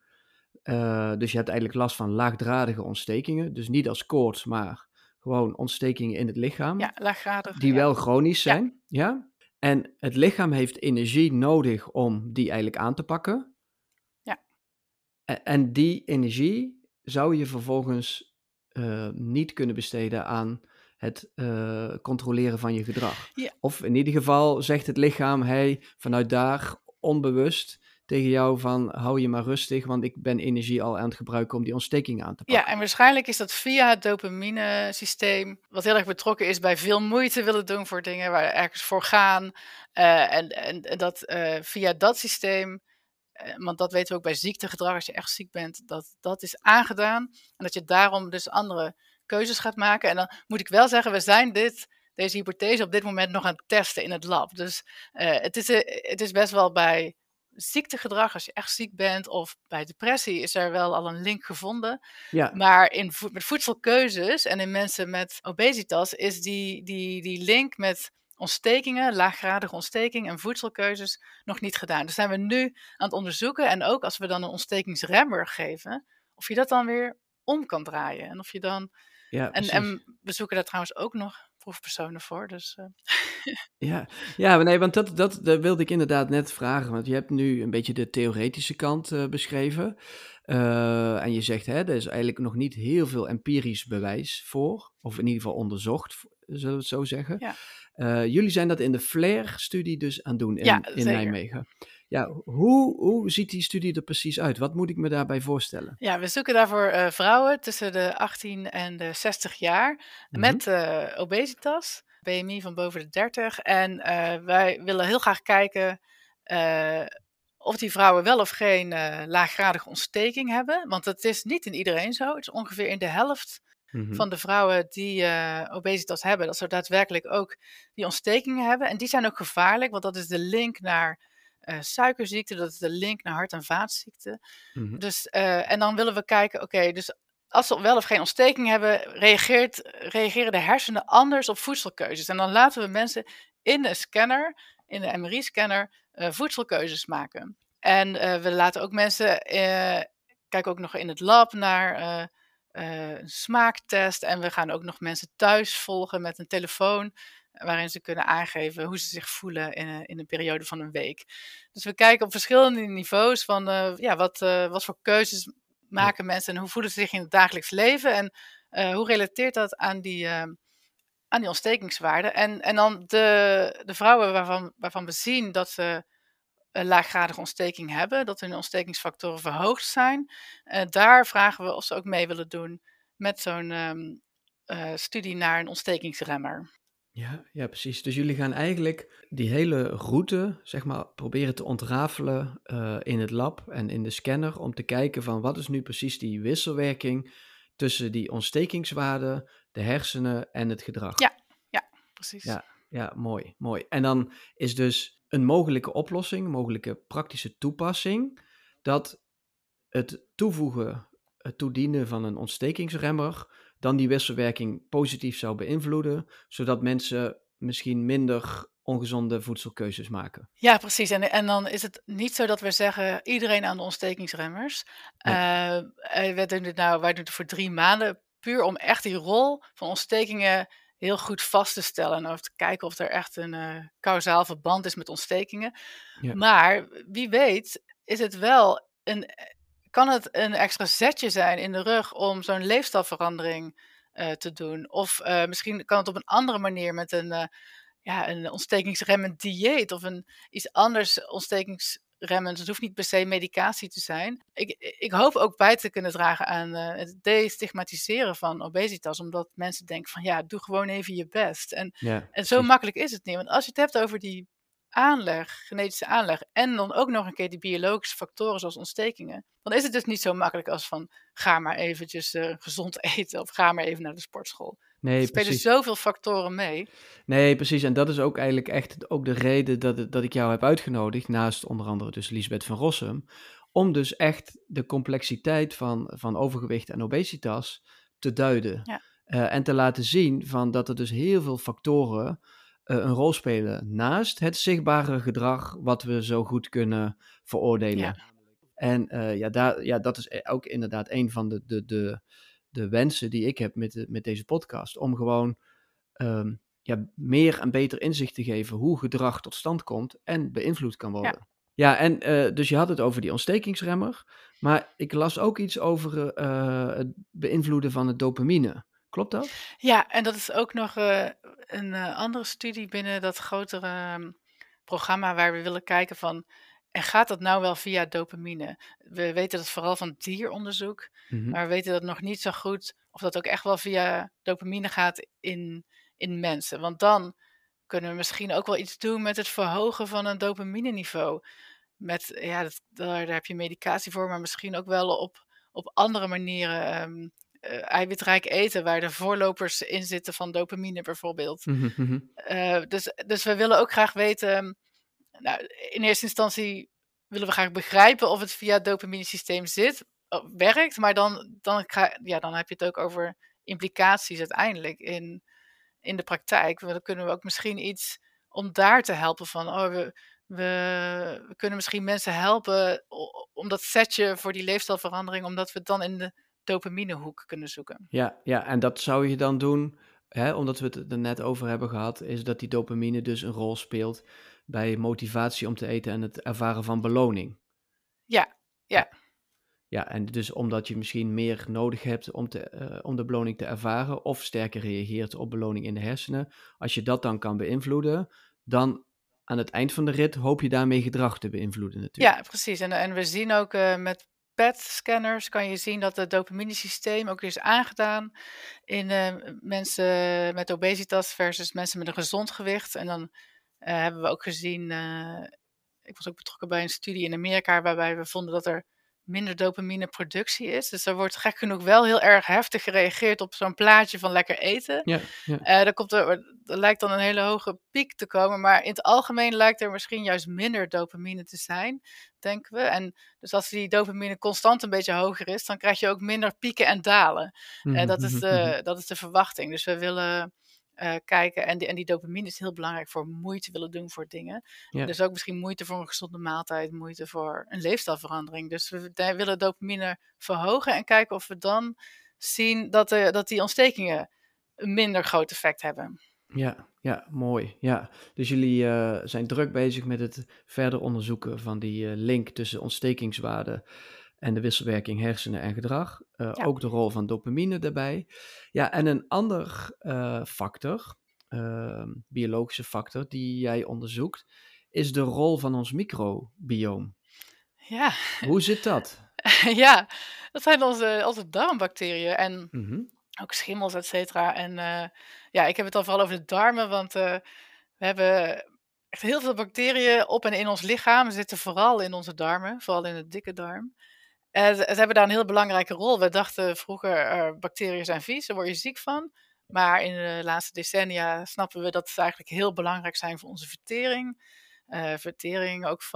Dus je hebt eigenlijk last van laagdradige ontstekingen, dus niet als koorts, maar gewoon ontstekingen in het lichaam, Ja, laaggradig. die Ja. wel chronisch Ja. zijn. Ja? En het lichaam heeft energie nodig om die eigenlijk aan te pakken. Ja. En die energie zou je vervolgens niet kunnen besteden aan het controleren van je gedrag. Ja. Of in ieder geval zegt het lichaam, hey, vanuit daar onbewust tegen jou van hou je maar rustig, want ik ben energie al aan het gebruiken om die ontsteking aan te pakken. Ja, en waarschijnlijk is dat via het dopamine-systeem, wat heel erg betrokken is bij veel moeite willen doen voor dingen waar we ergens voor gaan. En dat via dat systeem, want dat weten we ook bij ziektegedrag, als je echt ziek bent, dat is aangedaan. En dat je daarom dus andere keuzes gaat maken. En dan moet ik wel zeggen, we zijn deze hypothese op dit moment nog aan het testen in het lab. Dus het is best wel bij ziektegedrag, als je echt ziek bent, of bij depressie, is er wel al een link gevonden. Ja, Maar met voedselkeuzes en in mensen met obesitas is die link met ontstekingen, laaggradige ontsteking en voedselkeuzes nog niet gedaan. Dus zijn we nu aan het onderzoeken. En ook als we dan een ontstekingsremmer geven, of je dat dan weer om kan draaien. En of je dan. ja, precies. En we zoeken daar trouwens ook nog proefpersonen voor. Dus, Ja, ja, nee, want dat wilde ik inderdaad net vragen. Want je hebt nu een beetje de theoretische kant beschreven. En je zegt, hè, er is eigenlijk nog niet heel veel empirisch bewijs voor. Of in ieder geval onderzocht, zullen we het zo zeggen. Ja. Jullie zijn dat in de FLAIR-studie dus aan het doen Ja, in zeker. Nijmegen. Ja, hoe ziet die studie er precies uit? Wat moet ik me daarbij voorstellen? Ja, we zoeken daarvoor vrouwen tussen de 18 en de 60 jaar met obesitas, BMI van boven de 30. En wij willen heel graag kijken of die vrouwen wel of geen laaggradige ontsteking hebben. Want dat is niet in iedereen zo. Het is ongeveer in de helft van de vrouwen die obesitas hebben, dat ze daadwerkelijk ook die ontstekingen hebben. En die zijn ook gevaarlijk, want dat is de link naar suikerziekte, dat is de link naar hart- en vaatziekten. Dus, en dan willen we kijken, oké, dus als ze wel of geen ontsteking hebben, reageren de hersenen anders op voedselkeuzes. En dan laten we mensen in de scanner, in de MRI-scanner, voedselkeuzes maken. En we laten ook mensen, kijken ook nog in het lab naar een smaaktest. En we gaan ook nog mensen thuis volgen met een telefoon, waarin ze kunnen aangeven hoe ze zich voelen in een periode van een week. Dus we kijken op verschillende niveaus van wat voor keuzes maken mensen en hoe voelen ze zich in het dagelijks leven en hoe relateert dat aan die ontstekingswaarden. En dan de vrouwen waarvan we zien dat ze een laaggradige ontsteking hebben, dat hun ontstekingsfactoren verhoogd zijn, daar vragen we of ze ook mee willen doen met zo'n studie naar een ontstekingsremmer. Ja, precies. Dus jullie gaan eigenlijk die hele route, zeg maar, proberen te ontrafelen in het lab en in de scanner om te kijken van wat is nu precies die wisselwerking tussen die ontstekingswaarden, de hersenen en het gedrag. Ja, precies. Ja, mooi. En dan is dus een mogelijke oplossing, een mogelijke praktische toepassing, dat het toedienen van een ontstekingsremmer dan die wisselwerking positief zou beïnvloeden, zodat mensen misschien minder ongezonde voedselkeuzes maken. Ja, precies. En dan is het niet zo dat we zeggen iedereen aan de ontstekingsremmers. Nee. Wij doen het voor 3 maanden, puur om echt die rol van ontstekingen heel goed vast te stellen en over te kijken of er echt een kausaal verband is met ontstekingen. Ja. Maar wie weet is het wel kan het een extra zetje zijn in de rug om zo'n leefstijlverandering te doen. Of misschien kan het op een andere manier met een ontstekingsremmend dieet of iets anders ontstekingsremmend. Het hoeft niet per se medicatie te zijn. Ik hoop ook bij te kunnen dragen aan het destigmatiseren van obesitas, omdat mensen denken van ja, doe gewoon even je best. En zo makkelijk is het niet. Want als je het hebt over die genetische aanleg, en dan ook nog een keer die biologische factoren zoals ontstekingen, dan is het dus niet zo makkelijk als van ga maar eventjes gezond eten of ga maar even naar de sportschool. Er Nee, spelen precies. zoveel factoren mee. Nee, precies. En dat is ook eigenlijk echt ook de reden dat ik jou heb uitgenodigd, naast onder andere dus Liesbeth van Rossum, om dus echt de complexiteit van overgewicht en obesitas te duiden. Ja, En te laten zien van dat er dus heel veel factoren een rol spelen naast het zichtbare gedrag wat we zo goed kunnen ja, veroordelen. En dat is ook inderdaad een van de wensen die ik heb met deze podcast. Om gewoon meer en beter inzicht te geven hoe gedrag tot stand komt en beïnvloed kan ja. worden. Ja, en dus je had het over die ontstekingsremmer. Maar ik las ook iets over het beïnvloeden van het dopamine. Klopt dat? Ja, en dat is ook nog een andere studie binnen dat grotere programma waar we willen kijken van, en gaat dat nou wel via dopamine? We weten dat vooral van dieronderzoek, Mhm. maar we weten dat nog niet zo goed of dat ook echt wel via dopamine gaat in mensen. Want dan kunnen we misschien ook wel iets doen met het verhogen van een dopamine-niveau. Ja, daar heb je medicatie voor, maar misschien ook wel op andere manieren. Eiwitrijk eten, waar de voorlopers in zitten van dopamine bijvoorbeeld. Mhm, mhm. Dus we willen ook graag weten, nou, in eerste instantie willen we graag begrijpen of het via het dopaminesysteem werkt, maar dan heb je het ook over implicaties uiteindelijk in de praktijk. Dan kunnen we ook misschien iets om daar te helpen van, we kunnen misschien mensen helpen om dat setje voor die leefstijlverandering, omdat we het dan in de dopaminehoek kunnen zoeken. Ja, en dat zou je dan doen, hè, omdat we het er net over hebben gehad, is dat die dopamine dus een rol speelt bij motivatie om te eten en het ervaren van beloning. Ja, Ja. ja, Ja, en dus omdat je misschien meer nodig hebt om de beloning te ervaren of sterker reageert op beloning in de hersenen. Als je dat dan kan beïnvloeden, dan aan het eind van de rit hoop je daarmee gedrag te beïnvloeden natuurlijk. ja, precies. En we zien ook met PET-scanners kan je zien dat het dopaminesysteem ook is aangedaan in mensen met obesitas versus mensen met een gezond gewicht. En dan hebben we ook gezien, ik was ook betrokken bij een studie in Amerika waarbij we vonden dat er minder dopamineproductie is. Dus er wordt gek genoeg wel heel erg heftig gereageerd op zo'n plaatje van lekker eten. Ja, ja. Er lijkt dan een hele hoge piek te komen, maar in het algemeen lijkt er misschien juist minder dopamine te zijn, denken we. En dus als die dopamine constant een beetje hoger is, dan krijg je ook minder pieken en dalen. Mhm, mhm. Dat is de verwachting. Dus we willen kijken, en die dopamine is heel belangrijk voor moeite willen doen voor dingen. Ja, Dus ook misschien moeite voor een gezonde maaltijd, moeite voor een leefstijlverandering. Dus we willen dopamine verhogen en kijken of we dan zien dat die ontstekingen een minder groot effect hebben. ja, mooi. Ja. Dus jullie zijn druk bezig met het verder onderzoeken van die link tussen ontstekingswaarde en de wisselwerking hersenen en gedrag. Ja, Ook de rol van dopamine daarbij. Ja, en een ander factor, biologische factor, die jij onderzoekt, is de rol van ons microbioom. ja, Hoe zit dat? ja, dat zijn onze darmbacteriën en Mhm, ook schimmels, et cetera. En ja, ik heb het dan vooral over de darmen, want we hebben echt heel veel bacteriën op en in ons lichaam. Ze zitten vooral in onze darmen, vooral in de dikke darm. En ze hebben daar een heel belangrijke rol. We dachten vroeger, bacteriën zijn vies, daar word je ziek van. Maar in de laatste decennia snappen we dat ze eigenlijk heel belangrijk zijn voor onze vertering. Vertering ook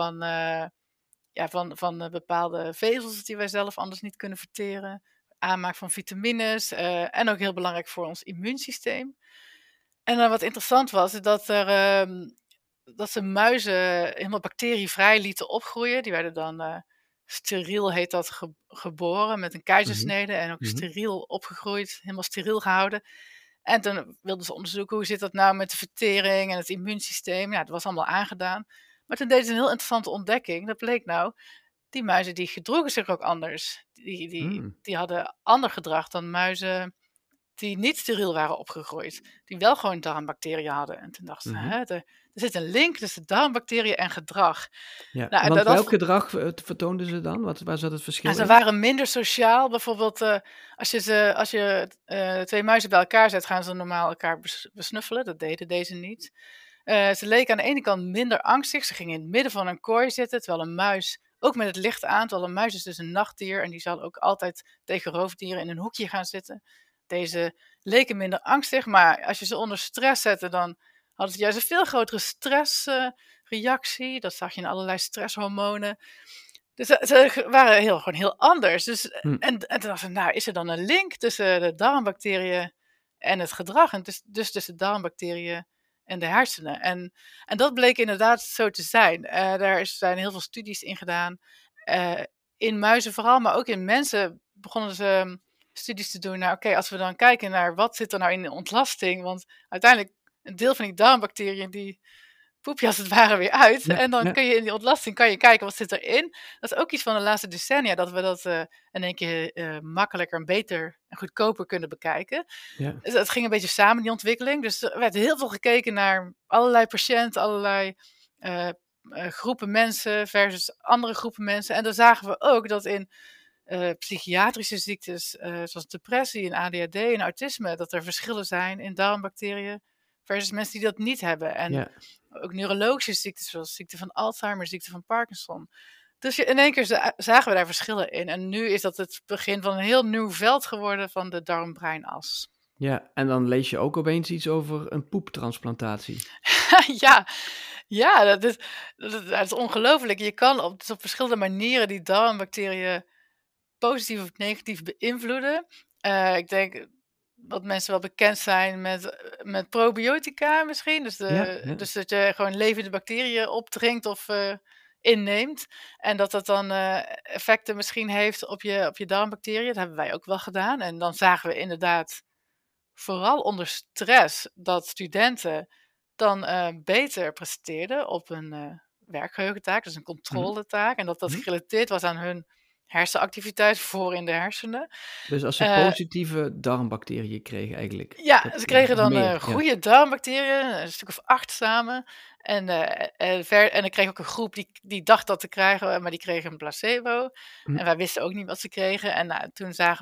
van bepaalde vezels die wij zelf anders niet kunnen verteren. Aanmaak van vitamines en ook heel belangrijk voor ons immuunsysteem. En wat interessant was, is dat ze muizen helemaal bacterievrij lieten opgroeien. Die werden dan steriel, heet dat, geboren met een mhm, keizersnede en ook mhm. steriel opgegroeid, helemaal steriel gehouden. En toen wilden ze onderzoeken hoe zit dat nou met de vertering en het immuunsysteem. Ja, dat was allemaal aangedaan. Maar toen deden ze een heel interessante ontdekking. Dat bleek nou, die muizen die gedroegen zich ook anders. Mm, Die hadden ander gedrag dan muizen die niet steriel waren opgegroeid. Die wel gewoon darmbacteriën hadden. En toen dachten ze, mhm. er zit een link tussen darmbacteriën en gedrag. Ja, Nou, want welk gedrag vertoonden ze dan? Waar zat het verschil ze in? waren minder sociaal. Bijvoorbeeld, als je twee muizen bij elkaar zet, gaan ze normaal elkaar besnuffelen. Dat deden deze niet. Ze leken aan de ene kant minder angstig. Ze gingen in het midden van een kooi zitten, terwijl een muis, ook met het licht aan, terwijl een muis is dus een nachtdier en die zal ook altijd tegen roofdieren in een hoekje gaan zitten. Deze leken minder angstig, maar als je ze onder stress zette, dan hadden ze juist een veel grotere stressreactie. Dat zag je in allerlei stresshormonen. Dus ze waren gewoon heel anders. Dus, en toen dacht ik, nou, is er dan een link tussen de darmbacteriën en het gedrag? En dus tussen darmbacteriën en de hersenen. En dat bleek inderdaad zo te zijn. Daar zijn heel veel studies in gedaan. In muizen vooral, maar ook in mensen begonnen ze studies te doen. Nou, oké, als we dan kijken naar wat zit er nou in de ontlasting. Want uiteindelijk, een deel van die darmbacteriën, die poep je als het ware weer uit. Ja, En dan ja. kun je in die ontlasting kijken wat zit erin. Dat is ook iets van de laatste decennia, dat we dat in één keer makkelijker en beter en goedkoper kunnen bekijken. Ja. Dus het ging een beetje samen, die ontwikkeling. Dus er werd heel veel gekeken naar allerlei patiënten, allerlei groepen mensen versus andere groepen mensen. En dan zagen we ook dat in psychiatrische ziektes, zoals depressie en ADHD en autisme, dat er verschillen zijn in darmbacteriën versus mensen die dat niet hebben. En Ja. ook neurologische ziektes, zoals ziekte van Alzheimer, ziekte van Parkinson. Dus in één keer zagen we daar verschillen in. En nu is dat het begin van een heel nieuw veld geworden van de darm-breinas. Ja, en dan lees je ook opeens iets over een poeptransplantatie. Ja, dat is ongelooflijk. Je kan op verschillende manieren die darmbacteriën positief of negatief beïnvloeden. Ik denk dat mensen wel bekend zijn met probiotica misschien. Dus dat je gewoon levende bacteriën opdrinkt of inneemt. En dat dan effecten misschien heeft op je darmbacteriën. Dat hebben wij ook wel gedaan. En dan zagen we inderdaad, vooral onder stress, dat studenten dan beter presteerden op een werkgeheugentaak, dus een controletaak. En dat gerelateerd was aan hun hersenactiviteit voor in de hersenen. Dus als ze positieve darmbacteriën kregen eigenlijk. Ja, ze kregen dan goede darmbacteriën, een stuk of 8 samen. En ik kreeg ook een groep die dacht dat te krijgen, maar die kregen een placebo. En wij wisten ook niet wat ze kregen. En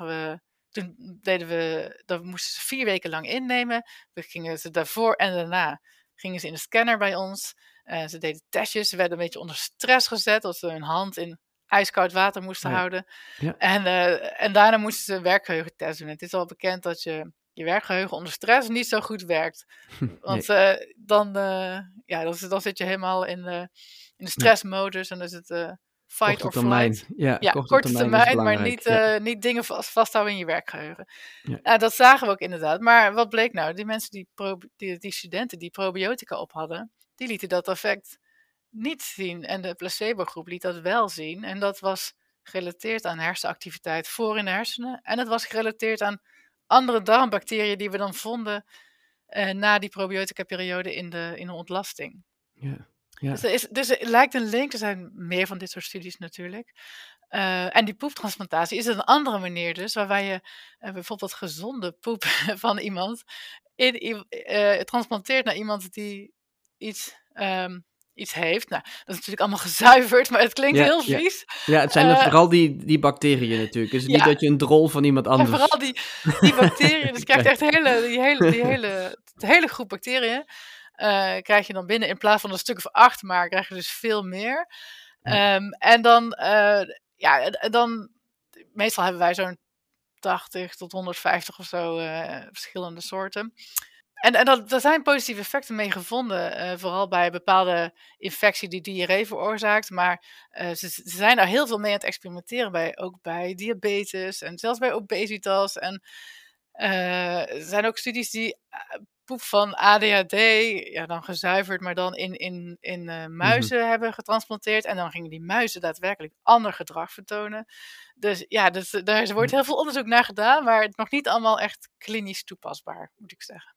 dat moesten ze 4 weken lang innemen. We gingen ze daarvoor en daarna gingen ze in de scanner bij ons. Ze deden testjes, ze werden een beetje onder stress gezet, als ze hun hand in ijskoud water moesten houden. Ja. En daarna moesten ze een werkgeheugentest doen. Het is al bekend dat je werkgeheugen onder stress niet zo goed werkt. Want dan zit je helemaal in de stressmodus en dan is het fight or flight. Ja, korte termijn, maar niet dingen vasthouden in je werkgeheugen. Ja. Dat zagen we ook inderdaad. Maar wat bleek nou? Die mensen die studenten die probiotica op hadden, die lieten dat effect niet zien. En de placebo-groep liet dat wel zien. En dat was gerelateerd aan hersenactiviteit voor in de hersenen. En het was gerelateerd aan andere darmbacteriën die we dan vonden na die probiotica-periode in de ontlasting. Ja. Ja. Dus er lijkt een link. Er zijn meer van dit soort studies natuurlijk. En die poeptransplantatie is een andere manier dus, waarbij je bijvoorbeeld gezonde poep van iemand transplanteert naar iemand die iets heeft. Nou, dat is natuurlijk allemaal gezuiverd, maar het klinkt heel vies. Ja, het zijn vooral die bacteriën natuurlijk. Het is niet dat je een drol van iemand anders... Ja, vooral die bacteriën. Dus je krijgt echt die hele groep bacteriën krijg je dan binnen. In plaats van een stuk of 8, maar krijg je dus veel meer. En dan meestal hebben wij zo'n 80 tot 150 of zo verschillende soorten. En daar zijn positieve effecten mee gevonden, vooral bij bepaalde infectie die diarree veroorzaakt. Maar ze zijn daar heel veel mee aan het experimenteren, ook bij diabetes en zelfs bij obesitas. En er zijn ook studies die poep van ADHD, dan gezuiverd, maar dan in muizen hebben getransplanteerd. En dan gingen die muizen daadwerkelijk ander gedrag vertonen. Dus daar wordt heel veel onderzoek naar gedaan, maar het nog niet allemaal echt klinisch toepasbaar, moet ik zeggen.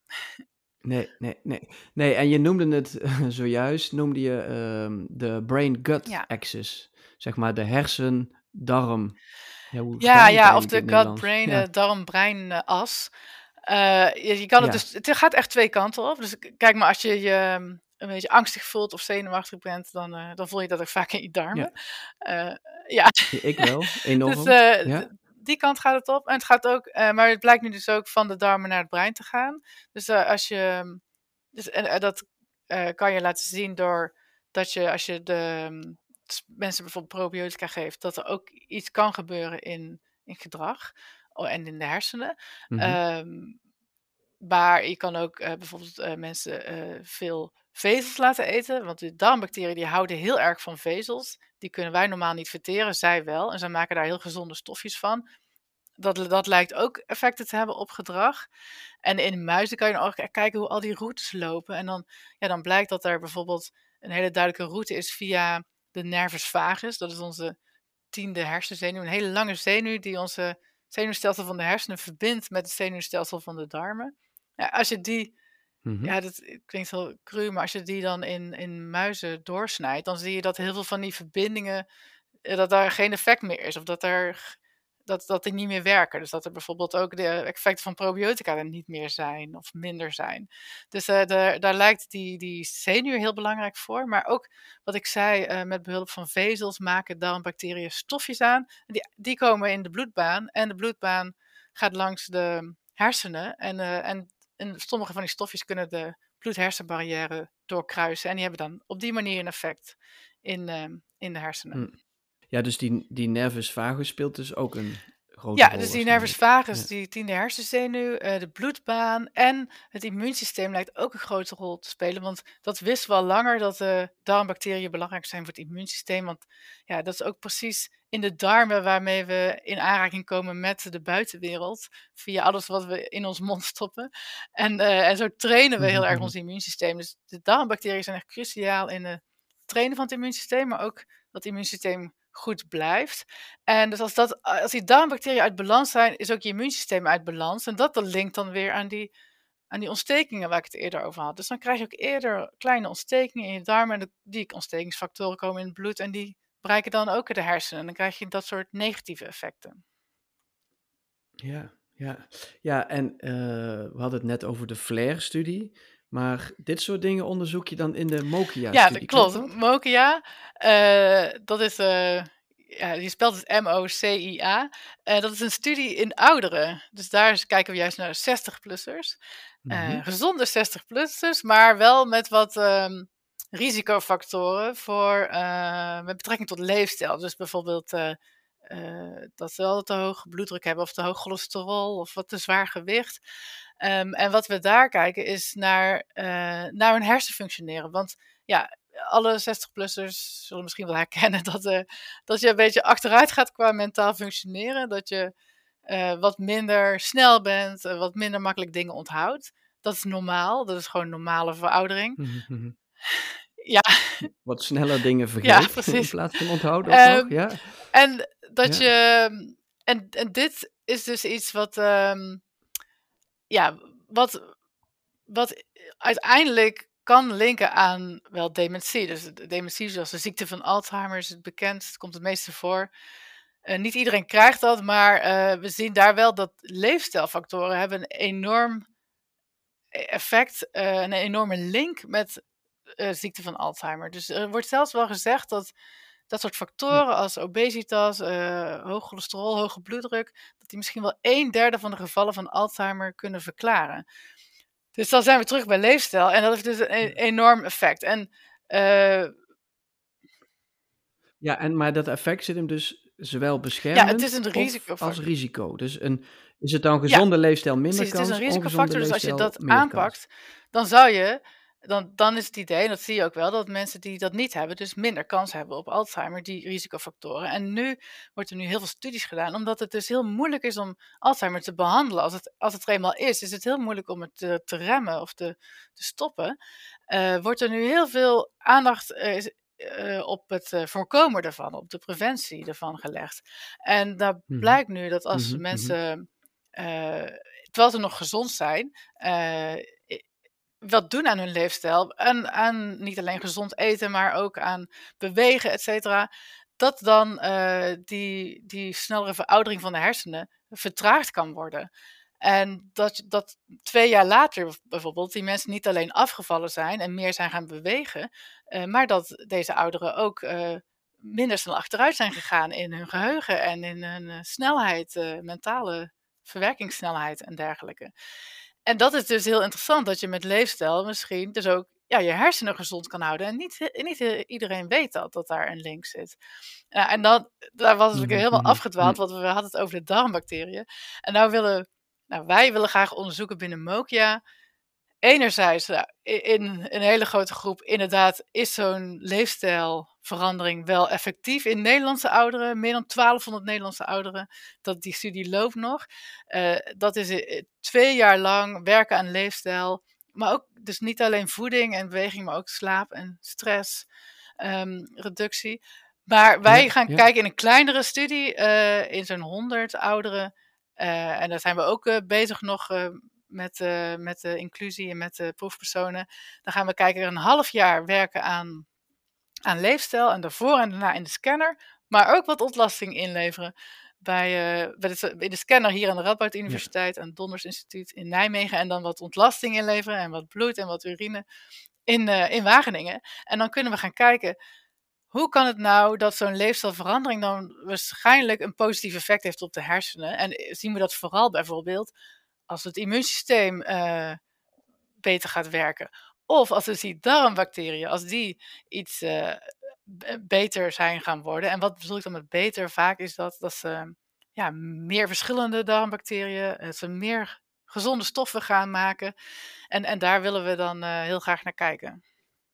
Nee, en je noemde het zojuist, de brain-gut axis. Zeg maar de hersen-darm. Of de gut-brain, darm-brein-as. Je kan het dus, het gaat echt 2 kanten op. Dus kijk maar, als je je een beetje angstig voelt of zenuwachtig bent, dan voel je dat ook vaak in je darmen. Ik wel, enorm. Dus die kant gaat het op. En het gaat ook, maar het blijkt nu dus ook van de darmen naar het brein te gaan. Dus als je, dat kan je laten zien door dat je als je de mensen bijvoorbeeld probiotica geeft, dat er ook iets kan gebeuren in gedrag en in de hersenen. Mhm. Ehm, maar je kan ook bijvoorbeeld mensen veel vezels laten eten. Want de darmbacteriën die houden heel erg van vezels. Die kunnen wij normaal niet verteren, zij wel. En zij maken daar heel gezonde stofjes van. Dat lijkt ook effecten te hebben op gedrag. En in muizen kan je dan ook kijken hoe al die routes lopen. En dan blijkt dat er bijvoorbeeld een hele duidelijke route is via de nervus vagus. Dat is onze 10e hersenzenuw. Een hele lange zenuw die onze zenuwstelsel van de hersenen verbindt met het zenuwstelsel van de darmen. Ja, als je die, Mhm. ja, dat klinkt heel cru, maar als je die dan in muizen doorsnijdt, dan zie je dat heel veel van die verbindingen, dat daar geen effect meer is. Of dat die niet meer werken. Dus dat er bijvoorbeeld ook de effecten van probiotica er niet meer zijn of minder zijn. Dus daar lijkt die zenuw heel belangrijk voor. Maar ook wat ik zei, met behulp van vezels maken darmbacteriën stofjes aan. Die komen in de bloedbaan en de bloedbaan gaat langs de hersenen. En sommige van die stofjes kunnen de bloed-hersenbarrière doorkruisen. En die hebben dan op die manier een effect in de hersenen. Hm. Ja, dus die nervus vagus speelt dus ook een grote Ja, rol dus die nervus waarschijnlijk. vagus, Ja. die 10e hersenzenuw, de bloedbaan en het immuunsysteem lijkt ook een grote rol te spelen. Want dat wisten we al langer, dat darmbacteriën belangrijk zijn voor het immuunsysteem. Want ja, dat is ook precies in de darmen waarmee we in aanraking komen met de buitenwereld. Via alles wat we in ons mond stoppen. En zo trainen we heel erg Mhm. ons immuunsysteem. Dus de darmbacteriën zijn echt cruciaal in het trainen van het immuunsysteem, maar ook dat het immuunsysteem goed blijft. En dus als die darmbacteriën uit balans zijn, is ook je immuunsysteem uit balans. En dat linkt dan weer aan die ontstekingen waar ik het eerder over had. Dus dan krijg je ook eerder kleine ontstekingen in je darmen. En die ontstekingsfactoren komen in het bloed en die bereiken dan ook de hersenen. En dan krijg je dat soort negatieve effecten. Ja, ja. Ja, en we hadden het net over de FLAIR-studie, maar dit soort dingen onderzoek je dan in de Ja, dat MOKIA-studie, klopt klopt. dat? Mokia, dat is, ja, je spelt het MOCIA. Dat is een studie in ouderen. Dus daar kijken we juist naar 60-plussers. Mhm. Gezonde 60-plussers, maar wel met wat risicofactoren met betrekking tot leefstijl. Dus bijvoorbeeld dat ze al te hoog bloeddruk hebben of te hoog cholesterol of wat te zwaar gewicht. En wat we daar kijken is naar hun hersenfunctioneren. Want ja, alle 60-plussers zullen misschien wel herkennen dat je een beetje achteruit gaat qua mentaal functioneren. Dat je wat minder snel bent, wat minder makkelijk dingen onthoudt. Dat is normaal, dat is gewoon normale veroudering. Mhm, mhm. Ja, Wat sneller dingen ja, vergeet in precies. plaats van onthouden ook nog, Ehm, ja. en dat Ja. je. En dit is dus iets ja, wat uiteindelijk kan linken aan wel dementie. Dus de dementie, zoals de ziekte van Alzheimer, is het bekend. Het komt het meeste voor. Niet iedereen krijgt dat, maar we zien daar wel dat leefstijlfactoren hebben een enorm effect, een enorme link met ziekte van Alzheimer. Dus er wordt zelfs wel gezegd dat soort Ja. factoren als obesitas, hoog cholesterol, hoge bloeddruk, dat die misschien wel 1/3 van de gevallen van Alzheimer kunnen verklaren. Dus dan zijn we terug bij leefstijl en dat heeft dus een Ja. enorm effect. En uh, Ja, maar dat effect zit hem dus zowel ja, het is beschermend een of als risicofactor. risico. Dus is het dan Ja, gezonde leefstijl minder precies, het is een kans, ongezonde risicofactor. Dus als je leefstijl dat meer kans? aanpakt, dan is het idee, en dat zie je ook wel, dat mensen die dat niet hebben, dus minder kans hebben op Alzheimer, die risicofactoren. En nu wordt er heel veel studies gedaan, omdat het dus heel moeilijk is om Alzheimer te behandelen. Als het er eenmaal is het heel moeilijk om het te remmen of te stoppen. Wordt er nu heel veel aandacht op het voorkomen daarvan, op de preventie ervan gelegd. En daar Mhm. blijkt nu dat als Mhm, mhm. mensen, eh, terwijl ze nog gezond zijn, eh, wat doen aan hun leefstijl. En aan niet alleen gezond eten, maar ook aan bewegen, et cetera. Dat dan die snellere veroudering van de hersenen vertraagd kan worden. En dat 2 jaar later bijvoorbeeld die mensen niet alleen afgevallen zijn en meer zijn gaan bewegen, maar dat deze ouderen ook minder snel achteruit zijn gegaan in hun geheugen en in hun snelheid, mentale verwerkingssnelheid en dergelijke. En dat is dus heel interessant, dat je met leefstijl misschien dus ook je hersenen gezond kan houden. En niet iedereen weet dat daar een link zit. En daar was ik Mhm, helemaal mhm, afgedwaald, want we hadden het over de darmbacteriën. En wij willen graag onderzoeken binnen Mokia. Enerzijds, in een hele grote groep, inderdaad, is zo'n leefstijlverandering wel effectief in Nederlandse ouderen, meer dan 1200 Nederlandse ouderen. Die studie loopt nog. Dat is 2 jaar lang werken aan leefstijl, maar ook dus niet alleen voeding en beweging, maar ook slaap en stress, reductie. Maar wij ja, gaan ja, kijken in een kleinere studie, in zo'n 100 ouderen. En daar zijn we ook bezig nog met de inclusie en met de proefpersonen. Dan gaan we kijken een half jaar werken aan leefstijl en daarvoor en daarna in de scanner. Maar ook wat ontlasting inleveren in de scanner hier aan de Radboud ja, Universiteit, aan het Donders Instituut in Nijmegen. En dan wat ontlasting inleveren en wat bloed en wat urine in Wageningen. En dan kunnen we gaan kijken, hoe kan het nou dat zo'n leefstijlverandering dan waarschijnlijk een positief effect heeft op de hersenen? En zien we dat vooral bijvoorbeeld als het immuunsysteem beter gaat werken. Of als dus die darmbacteriën, als die iets beter zijn gaan worden. En wat bedoel ik dan met beter? Vaak is dat ze meer verschillende darmbacteriën, ze meer gezonde stoffen gaan maken. En daar willen we dan heel graag naar kijken.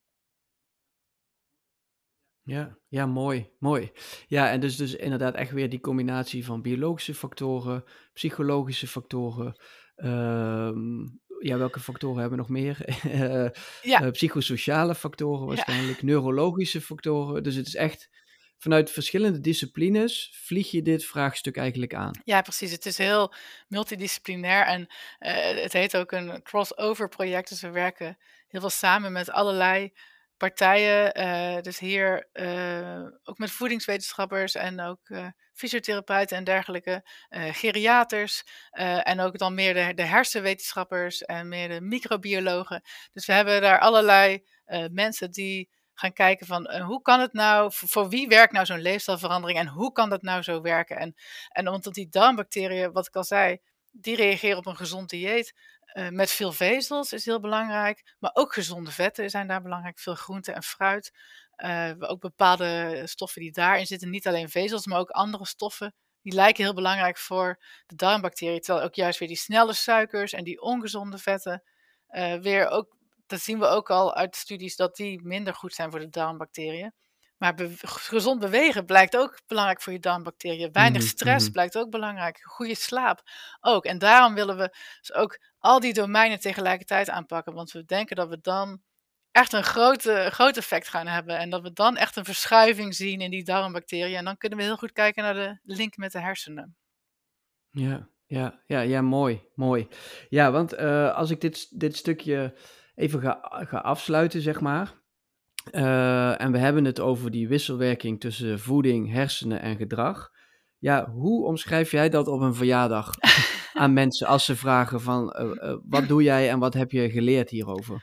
ja, ja, mooi, mooi. Ja, en dus inderdaad echt weer die combinatie van biologische factoren, psychologische factoren. ehm, ja, welke factoren hebben we nog meer? Ja, Psychosociale factoren ja. waarschijnlijk, neurologische factoren. Dus het is echt vanuit verschillende disciplines vlieg je dit vraagstuk eigenlijk aan. Ja, precies. Het is heel multidisciplinair en het heet ook een crossover project. Dus we werken heel veel samen met allerlei partijen. Dus hier ook met voedingswetenschappers en ook fysiotherapeuten en dergelijke, geriaters en ook dan meer de hersenwetenschappers en meer de microbiologen. Dus we hebben daar allerlei mensen die gaan kijken van hoe kan het nou, voor wie werkt nou zo'n leefstijlverandering en hoe kan dat nou zo werken? En omdat die darmbacteriën, wat ik al zei, die reageren op een gezond dieet. Met veel vezels is heel belangrijk. Maar ook gezonde vetten zijn daar belangrijk. Veel groente en fruit. Ook bepaalde stoffen die daarin zitten. Niet alleen vezels, maar ook andere stoffen. Die lijken heel belangrijk voor de darmbacteriën. Terwijl ook juist weer die snelle suikers en die ongezonde vetten weer ook. Dat zien we ook al uit studies dat die minder goed zijn voor de darmbacteriën. Maar gezond bewegen blijkt ook belangrijk voor je darmbacteriën. Weinig Mhm, stress mhm. blijkt ook belangrijk. Goede slaap ook. En daarom willen we dus ook al die domeinen tegelijkertijd aanpakken. Want we denken dat we dan echt een groot effect gaan hebben. En dat we dan echt een verschuiving zien in die darmbacteriën. En dan kunnen we heel goed kijken naar de link met de hersenen. Ja, ja, ja, ja, mooi, mooi. Ja, want als ik dit stukje even ga afsluiten, zeg maar. En we hebben het over die wisselwerking tussen voeding, hersenen en gedrag. Ja, hoe omschrijf jij dat op een verjaardag aan mensen als ze vragen van wat doe jij en wat heb je geleerd hierover?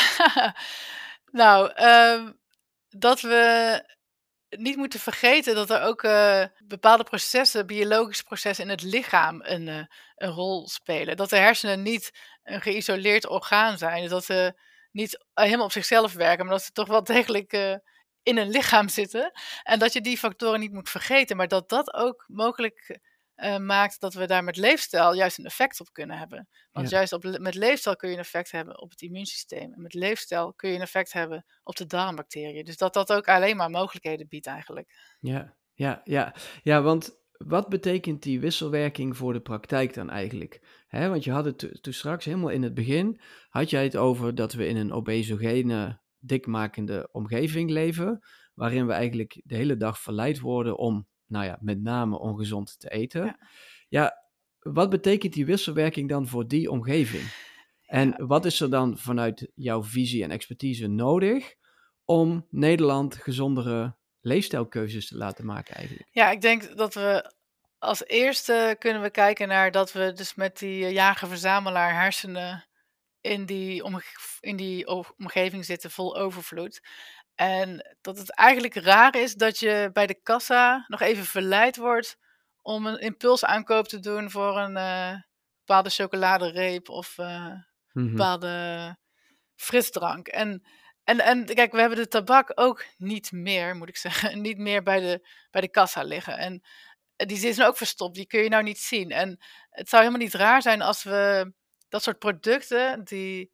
Nou, dat we niet moeten vergeten dat er ook bepaalde processen, biologische processen in het lichaam een rol spelen. Dat de hersenen niet een geïsoleerd orgaan zijn. Dus dat ze niet helemaal op zichzelf werken, maar dat ze toch wel degelijk in een lichaam zitten. En dat je die factoren niet moet vergeten, maar dat dat ook mogelijk maakt dat we daar met leefstijl juist een effect op kunnen hebben. Want Ja, juist met leefstijl kun je een effect hebben op het immuunsysteem. En met leefstijl kun je een effect hebben op de darmbacteriën. Dus dat ook alleen maar mogelijkheden biedt eigenlijk. ja, ja, ja. Ja, want wat betekent die wisselwerking voor de praktijk dan eigenlijk? Hè, want je had het toen straks helemaal in het begin, had jij het over dat we in een obesogene, dikmakende omgeving leven, waarin we eigenlijk de hele dag verleid worden om, nou ja, met name ongezond te eten. Ja, Ja, wat betekent die wisselwerking dan voor die omgeving? ja. En wat is er dan vanuit jouw visie en expertise nodig om Nederland gezondere leefstijlkeuzes te laten maken eigenlijk? Ja, ik denk dat we als eerste kunnen we kijken naar dat we dus met die jager-verzamelaar hersenen in die omgeving zitten vol overvloed. En dat het eigenlijk raar is dat je bij de kassa nog even verleid wordt om een impulsaankoop te doen voor een bepaalde chocoladereep of Mhm. bepaalde frisdrank. En kijk, we hebben de tabak ook niet meer, moet ik zeggen, niet meer bij de kassa liggen. En die is ook verstopt, die kun je nou niet zien. En het zou helemaal niet raar zijn als we dat soort producten die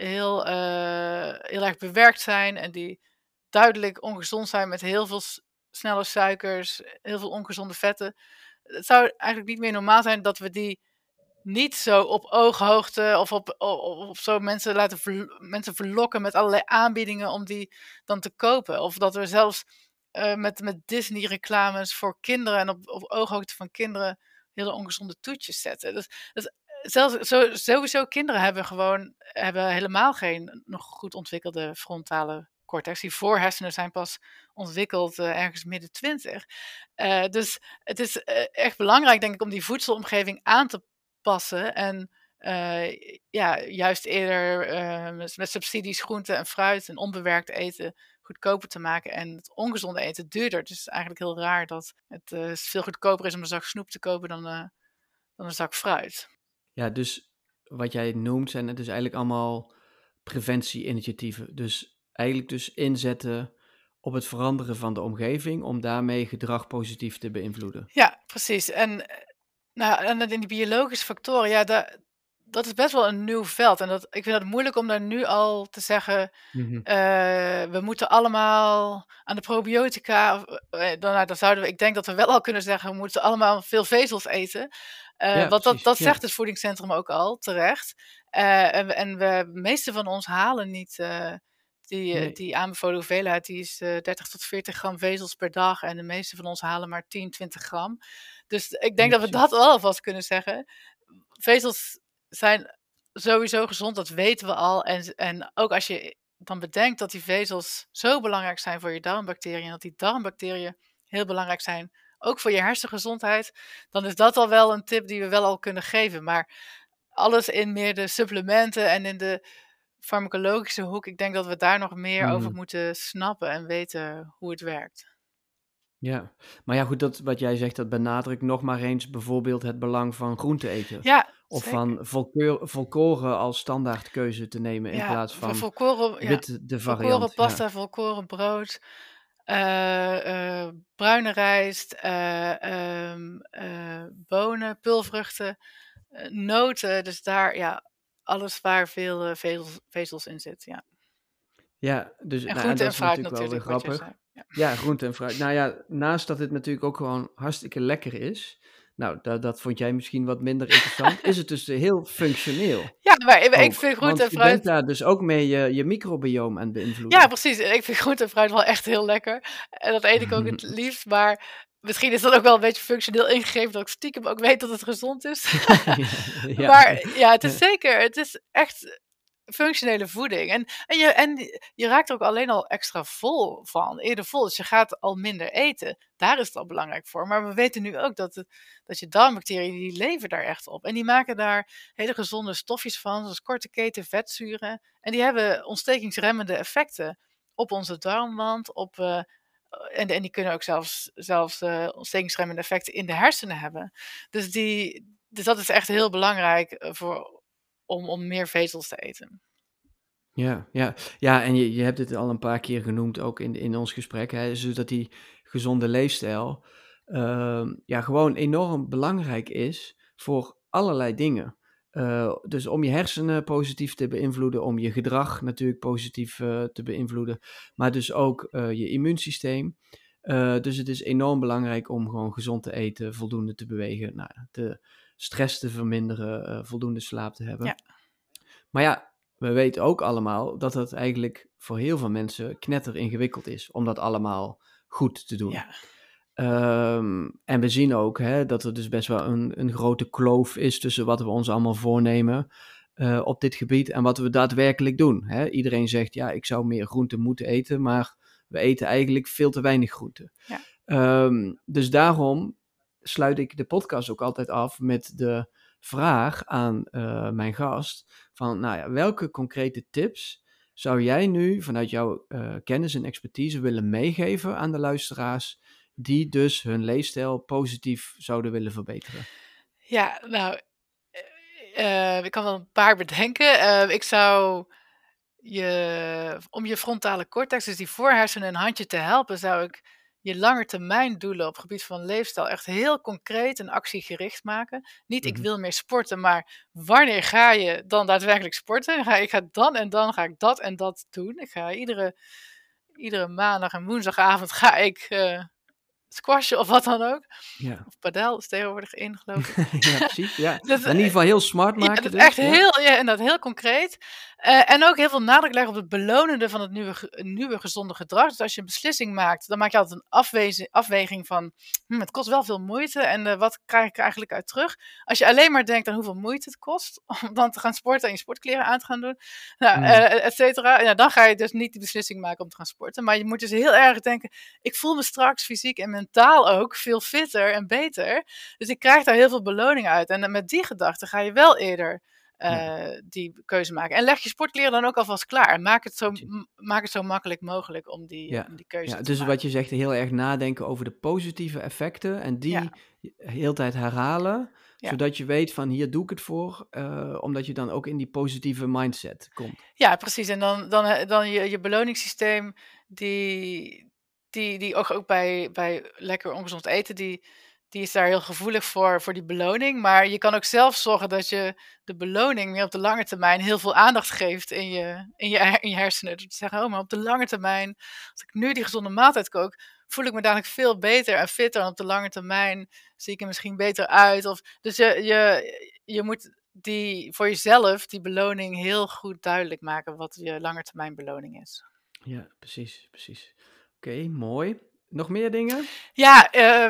heel erg bewerkt zijn en die duidelijk ongezond zijn met heel veel snelle suikers, heel veel ongezonde vetten. Het zou eigenlijk niet meer normaal zijn dat we die niet zo op ooghoogte of op zo mensen mensen verlokken met allerlei aanbiedingen om die dan te kopen. Of dat we zelfs met Disney-reclames voor kinderen en op ooghoogte van kinderen hele ongezonde toetjes zetten. Dus zelfs sowieso kinderen hebben helemaal geen nog goed ontwikkelde frontale cortex. Die voorhersenen zijn pas ontwikkeld ergens midden 20. Dus het is echt belangrijk, denk ik, om die voedselomgeving aan te passen. En juist eerder met subsidies groente en fruit en onbewerkt eten goedkoper te maken en het ongezonde eten duurder. Het is eigenlijk heel raar dat het veel goedkoper is om een zak snoep te kopen dan een zak fruit. Ja, dus wat jij noemt zijn het dus eigenlijk allemaal preventie-initiatieven. Dus eigenlijk dus inzetten op het veranderen van de omgeving om daarmee gedrag positief te beïnvloeden. Ja, precies. En in die biologische factoren, ja, dat is best wel een nieuw veld. En ik vind het moeilijk om daar nu al te zeggen, we moeten allemaal aan de probiotica. Dan zouden ik denk dat we wel al kunnen zeggen, we moeten allemaal veel vezels eten. Ja, Want precies. dat Ja. zegt het voedingscentrum ook al, terecht. De meeste van ons halen niet Nee. die aanbevolen hoeveelheid. Die is 30 tot 40 gram vezels per dag. En de meeste van ons halen maar 10, 20 gram. Dus ik denk Ja, dat we precies. dat wel alvast kunnen zeggen. Vezels zijn sowieso gezond, dat weten we al. En ook als je dan bedenkt dat die vezels zo belangrijk zijn voor je darmbacteriën. En dat die darmbacteriën heel belangrijk zijn, ook voor je hersengezondheid. Dan is dat al wel een tip die we wel al kunnen geven. Maar alles in meer de supplementen en in de farmacologische hoek. Ik denk dat we daar nog meer over moeten snappen en weten hoe het werkt. Ja, maar ja goed, dat wat jij zegt, dat benadrukt nog maar eens bijvoorbeeld het belang van groente eten. Ja, Of zeker. van volkoren als standaardkeuze te nemen in plaats van de variant. Volkoren pasta, volkoren brood, bruine rijst, bonen, pulvruchten, noten. Dus daar, alles waar veel vezels in zit, ja. Ja, dus En nou, en groente dat en is fruit natuurlijk wel weer natuurlijk, wat je grappig. zei. Ja. Ja, groente en fruit. Nou ja, naast dat het natuurlijk ook gewoon hartstikke lekker is. Nou, dat vond jij misschien wat minder interessant. Is het dus heel functioneel Ja, maar ik ook. vind groente Want en je bent fruit. daar dus ook mee je microbioom aan het Ja, beïnvloeden. precies. Ik vind groente en fruit wel echt heel lekker. En dat eet ik ook het liefst. Maar misschien is dat ook wel een beetje functioneel ingegeven dat ik stiekem ook weet dat het gezond is. Ja. Maar ja, het is echt functionele voeding. En je raakt er ook alleen al extra vol van, eerder vol. Dus je gaat al minder eten. Daar is het al belangrijk voor. Maar we weten nu ook dat je darmbacteriën, die leven daar echt op. En die maken daar hele gezonde stofjes van, zoals korte keten vetzuren. En die hebben ontstekingsremmende effecten op onze darmwand, en die kunnen ook zelfs ontstekingsremmende effecten in de hersenen hebben. Dus dat is echt heel belangrijk om meer vezels te eten. Ja, en je hebt het al een paar keer genoemd, ook in ons gesprek, hè, zodat die gezonde leefstijl gewoon enorm belangrijk is voor allerlei dingen. Dus om je hersenen positief te beïnvloeden, om je gedrag natuurlijk positief te beïnvloeden, maar dus ook je immuunsysteem. Dus het is enorm belangrijk om gewoon gezond te eten, voldoende te bewegen, de stress te verminderen, voldoende slaap te hebben. Ja. Maar ja, we weten ook allemaal dat het eigenlijk voor heel veel mensen knetter ingewikkeld is om dat allemaal goed te doen. Ja. En we zien ook dat er dus best wel een grote kloof is tussen wat we ons allemaal voornemen op dit gebied en wat we daadwerkelijk doen. Hè? Iedereen zegt, ja, ik zou meer groente moeten eten, maar we eten eigenlijk veel te weinig groente. Ja. Dus daarom sluit ik de podcast ook altijd af met de vraag aan mijn gast van, nou ja, welke concrete tips zou jij nu vanuit jouw kennis en expertise willen meegeven aan de luisteraars die dus hun leefstijl positief zouden willen verbeteren? Ja, nou, ik kan wel een paar bedenken. Ik zou om je frontale cortex, dus die voorhersenen, een handje te helpen, zou ik je langetermijndoelen op het gebied van leefstijl echt heel concreet en actiegericht maken. Niet ik Mhm. wil meer sporten, maar wanneer ga je dan daadwerkelijk sporten? Ik ga dan en dan ga ik dat en dat doen. Ik ga iedere maandag en woensdagavond ga ik squashen of wat dan ook. Ja. Of padel is tegenwoordig in, geloof ik. Ja, precies. Ja. Dat, Maar in ieder geval heel smart ja, maken dat is echt dus. Ja. inderdaad heel concreet. En ook heel veel nadruk leggen op het belonende van het nieuwe gezonde gedrag. Dus als je een beslissing maakt, dan maak je altijd een afweging van, het kost wel veel moeite en wat krijg ik er eigenlijk uit terug? Als je alleen maar denkt aan hoeveel moeite het kost om dan te gaan sporten en je sportkleren aan te gaan doen, nou, et cetera, ja, dan ga je dus niet de beslissing maken om te gaan sporten. Maar je moet dus heel erg denken, ik voel me straks fysiek en mentaal ook veel fitter en beter. Dus ik krijg daar heel veel beloning uit. En met die gedachte ga je wel eerder die keuze maken. En leg je sportkleren dan ook alvast klaar. Maak het zo makkelijk mogelijk om die keuze te dus maken. wat je zegt, heel erg nadenken over de positieve effecten en die heel tijd herhalen, zodat je weet van hier doe ik het voor, omdat je dan ook in die positieve mindset komt. Ja, precies. En dan je beloningssysteem, die ook bij lekker ongezond eten, die is daar heel gevoelig voor die beloning. Maar je kan ook zelf zorgen dat je de beloning meer op de lange termijn heel veel aandacht geeft in je hersenen. Dus te zeggen, maar op de lange termijn, als ik nu die gezonde maaltijd kook, voel ik me dadelijk veel beter en fitter. En op de lange termijn zie ik er misschien beter uit. Dus je moet voor jezelf die beloning heel goed duidelijk maken wat je langetermijnbeloning is. Ja, precies. Oké, mooi. Nog meer dingen? Ja,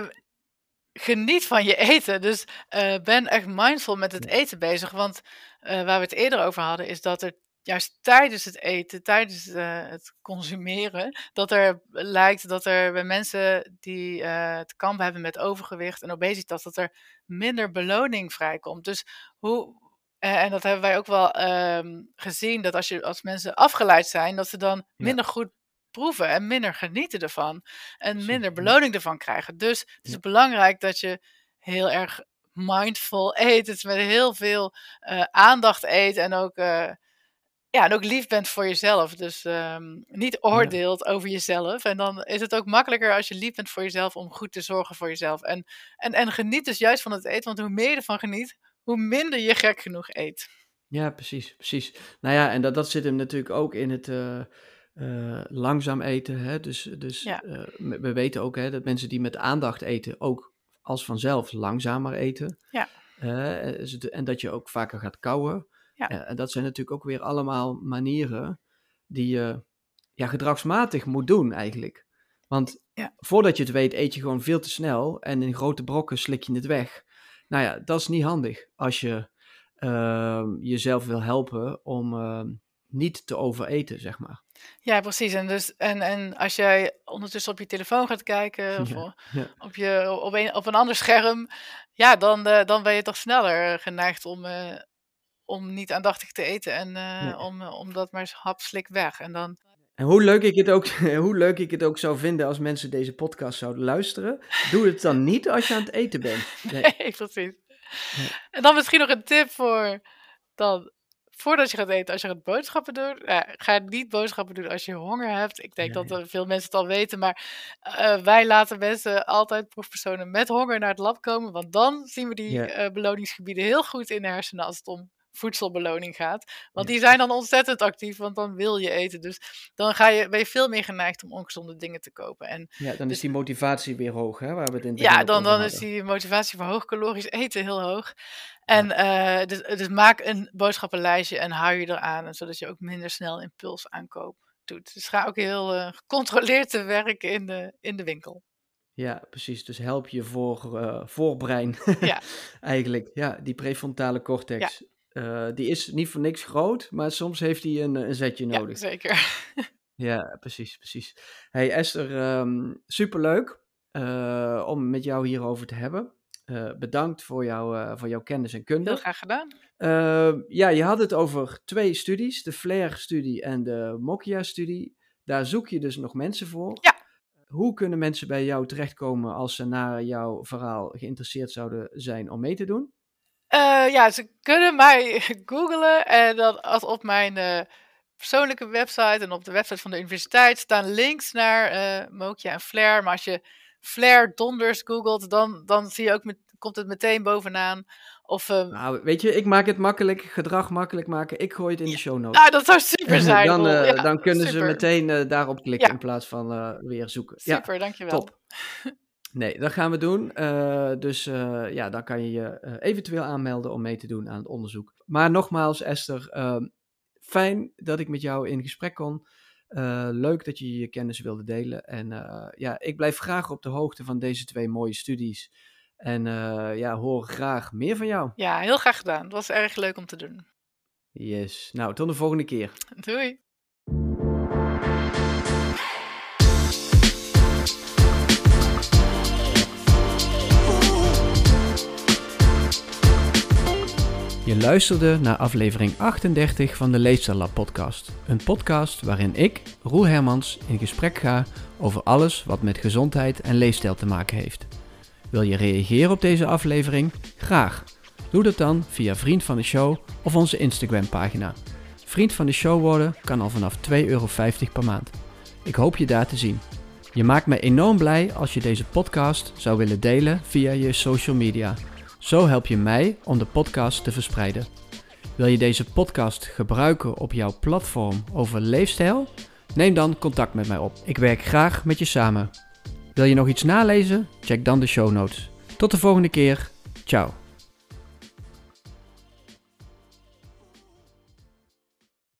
geniet van je eten. Dus ben echt mindful met het eten bezig. Want waar we het eerder over hadden, is dat er juist tijdens het eten, tijdens het consumeren, dat er lijkt dat er bij mensen die te kampen hebben met overgewicht en obesitas, dat er minder beloning vrijkomt. Dus en dat hebben wij ook wel gezien, dat als mensen afgeleid zijn, dat ze dan minder goed proeven en minder genieten ervan. En minder beloning ervan krijgen. Dus het is belangrijk dat je heel erg mindful eet. Dus met heel veel aandacht eet. En ook lief bent voor jezelf. Dus niet oordeelt over jezelf. En dan is het ook makkelijker als je lief bent voor jezelf om goed te zorgen voor jezelf. En geniet dus juist van het eten. Want hoe meer je ervan geniet, hoe minder je gek genoeg eet. Ja, precies. Nou ja, en dat zit hem natuurlijk ook in het langzaam eten. Hè? Dus we weten ook dat mensen die met aandacht eten ook als vanzelf langzamer eten. Ja. En dat je ook vaker gaat kauwen. Ja. En dat zijn natuurlijk ook weer allemaal manieren die je gedragsmatig moet doen eigenlijk. Want voordat je het weet eet je gewoon veel te snel en in grote brokken slik je het weg. Nou ja, dat is niet handig als je jezelf wil helpen om niet te overeten, zeg maar. Ja, precies. En als jij ondertussen op je telefoon gaat kijken of op een ander scherm, dan ben je toch sneller geneigd om niet aandachtig te eten en om dat maar eens hap slik weg. En hoe leuk ik het ook zou vinden als mensen deze podcast zouden luisteren, doe het dan niet als je aan het eten bent. Nee, precies. Nee. En dan misschien nog een tip voordat je gaat eten, als je gaat boodschappen doen, ga niet boodschappen doen als je honger hebt. Ik denk dat veel mensen het al weten, maar wij laten mensen altijd, proefpersonen, met honger naar het lab komen, want dan zien we die beloningsgebieden heel goed in de hersenen als het om voedselbeloning gaat. Want die zijn dan ontzettend actief, want dan wil je eten. Dus dan ben je veel meer geneigd om ongezonde dingen te kopen. Dan is die motivatie weer hoog, hè? Waar we het in dan is die motivatie voor hoogcalorisch eten heel hoog. En dus maak een boodschappenlijstje en hou je eraan, zodat je ook minder snel impulsaankoop doet. Dus ga ook heel gecontroleerd te werk in de winkel. Ja, precies. Dus help je voorbrein eigenlijk. Ja, die prefrontale cortex. Die is niet voor niks groot, maar soms heeft hij een zetje nodig. Ja, zeker. Ja, precies. Hey Esther, superleuk om met jou hierover te hebben. Bedankt voor jouw kennis en kunde. Heel graag gedaan. Je had het over 2 studies, de Flair-studie en de Mokia-studie. Daar zoek je dus nog mensen voor. Ja. Hoe kunnen mensen bij jou terechtkomen als ze naar jouw verhaal geïnteresseerd zouden zijn om mee te doen? Ze kunnen mij googlen en dan op mijn persoonlijke website en op de website van de universiteit staan links naar Mokia en Flair. Maar als je Flair Donders googelt, dan zie je ook komt het meteen bovenaan. Of, Nou, weet je, ik maak het makkelijk, gedrag makkelijk maken. Ik gooi het in de show notes. Nou, dat zou super zijn. Dan kunnen super. ze meteen daarop klikken in plaats van weer zoeken. Super, dankjewel. Top. Nee, dat gaan we doen. Dus dan kan je je eventueel aanmelden om mee te doen aan het onderzoek. Maar nogmaals, Esther, fijn dat ik met jou in gesprek kon. Leuk dat je je kennis wilde delen. En ik blijf graag op de hoogte van deze 2 mooie studies. En hoor graag meer van jou. Ja, heel graag gedaan. Het was erg leuk om te doen. Yes. Nou, tot de volgende keer. Doei. Je luisterde naar aflevering 38 van de Leefstijllab podcast. Een podcast waarin ik, Roel Hermans, in gesprek ga over alles wat met gezondheid en leefstijl te maken heeft. Wil je reageren op deze aflevering? Graag. Doe dat dan via Vriend van de Show of onze Instagram pagina. Vriend van de Show worden kan al vanaf €2,50 per maand. Ik hoop je daar te zien. Je maakt me enorm blij als je deze podcast zou willen delen via je social media. Zo help je mij om de podcast te verspreiden. Wil je deze podcast gebruiken op jouw platform over leefstijl? Neem dan contact met mij op. Ik werk graag met je samen. Wil je nog iets nalezen? Check dan de show notes. Tot de volgende keer. Ciao.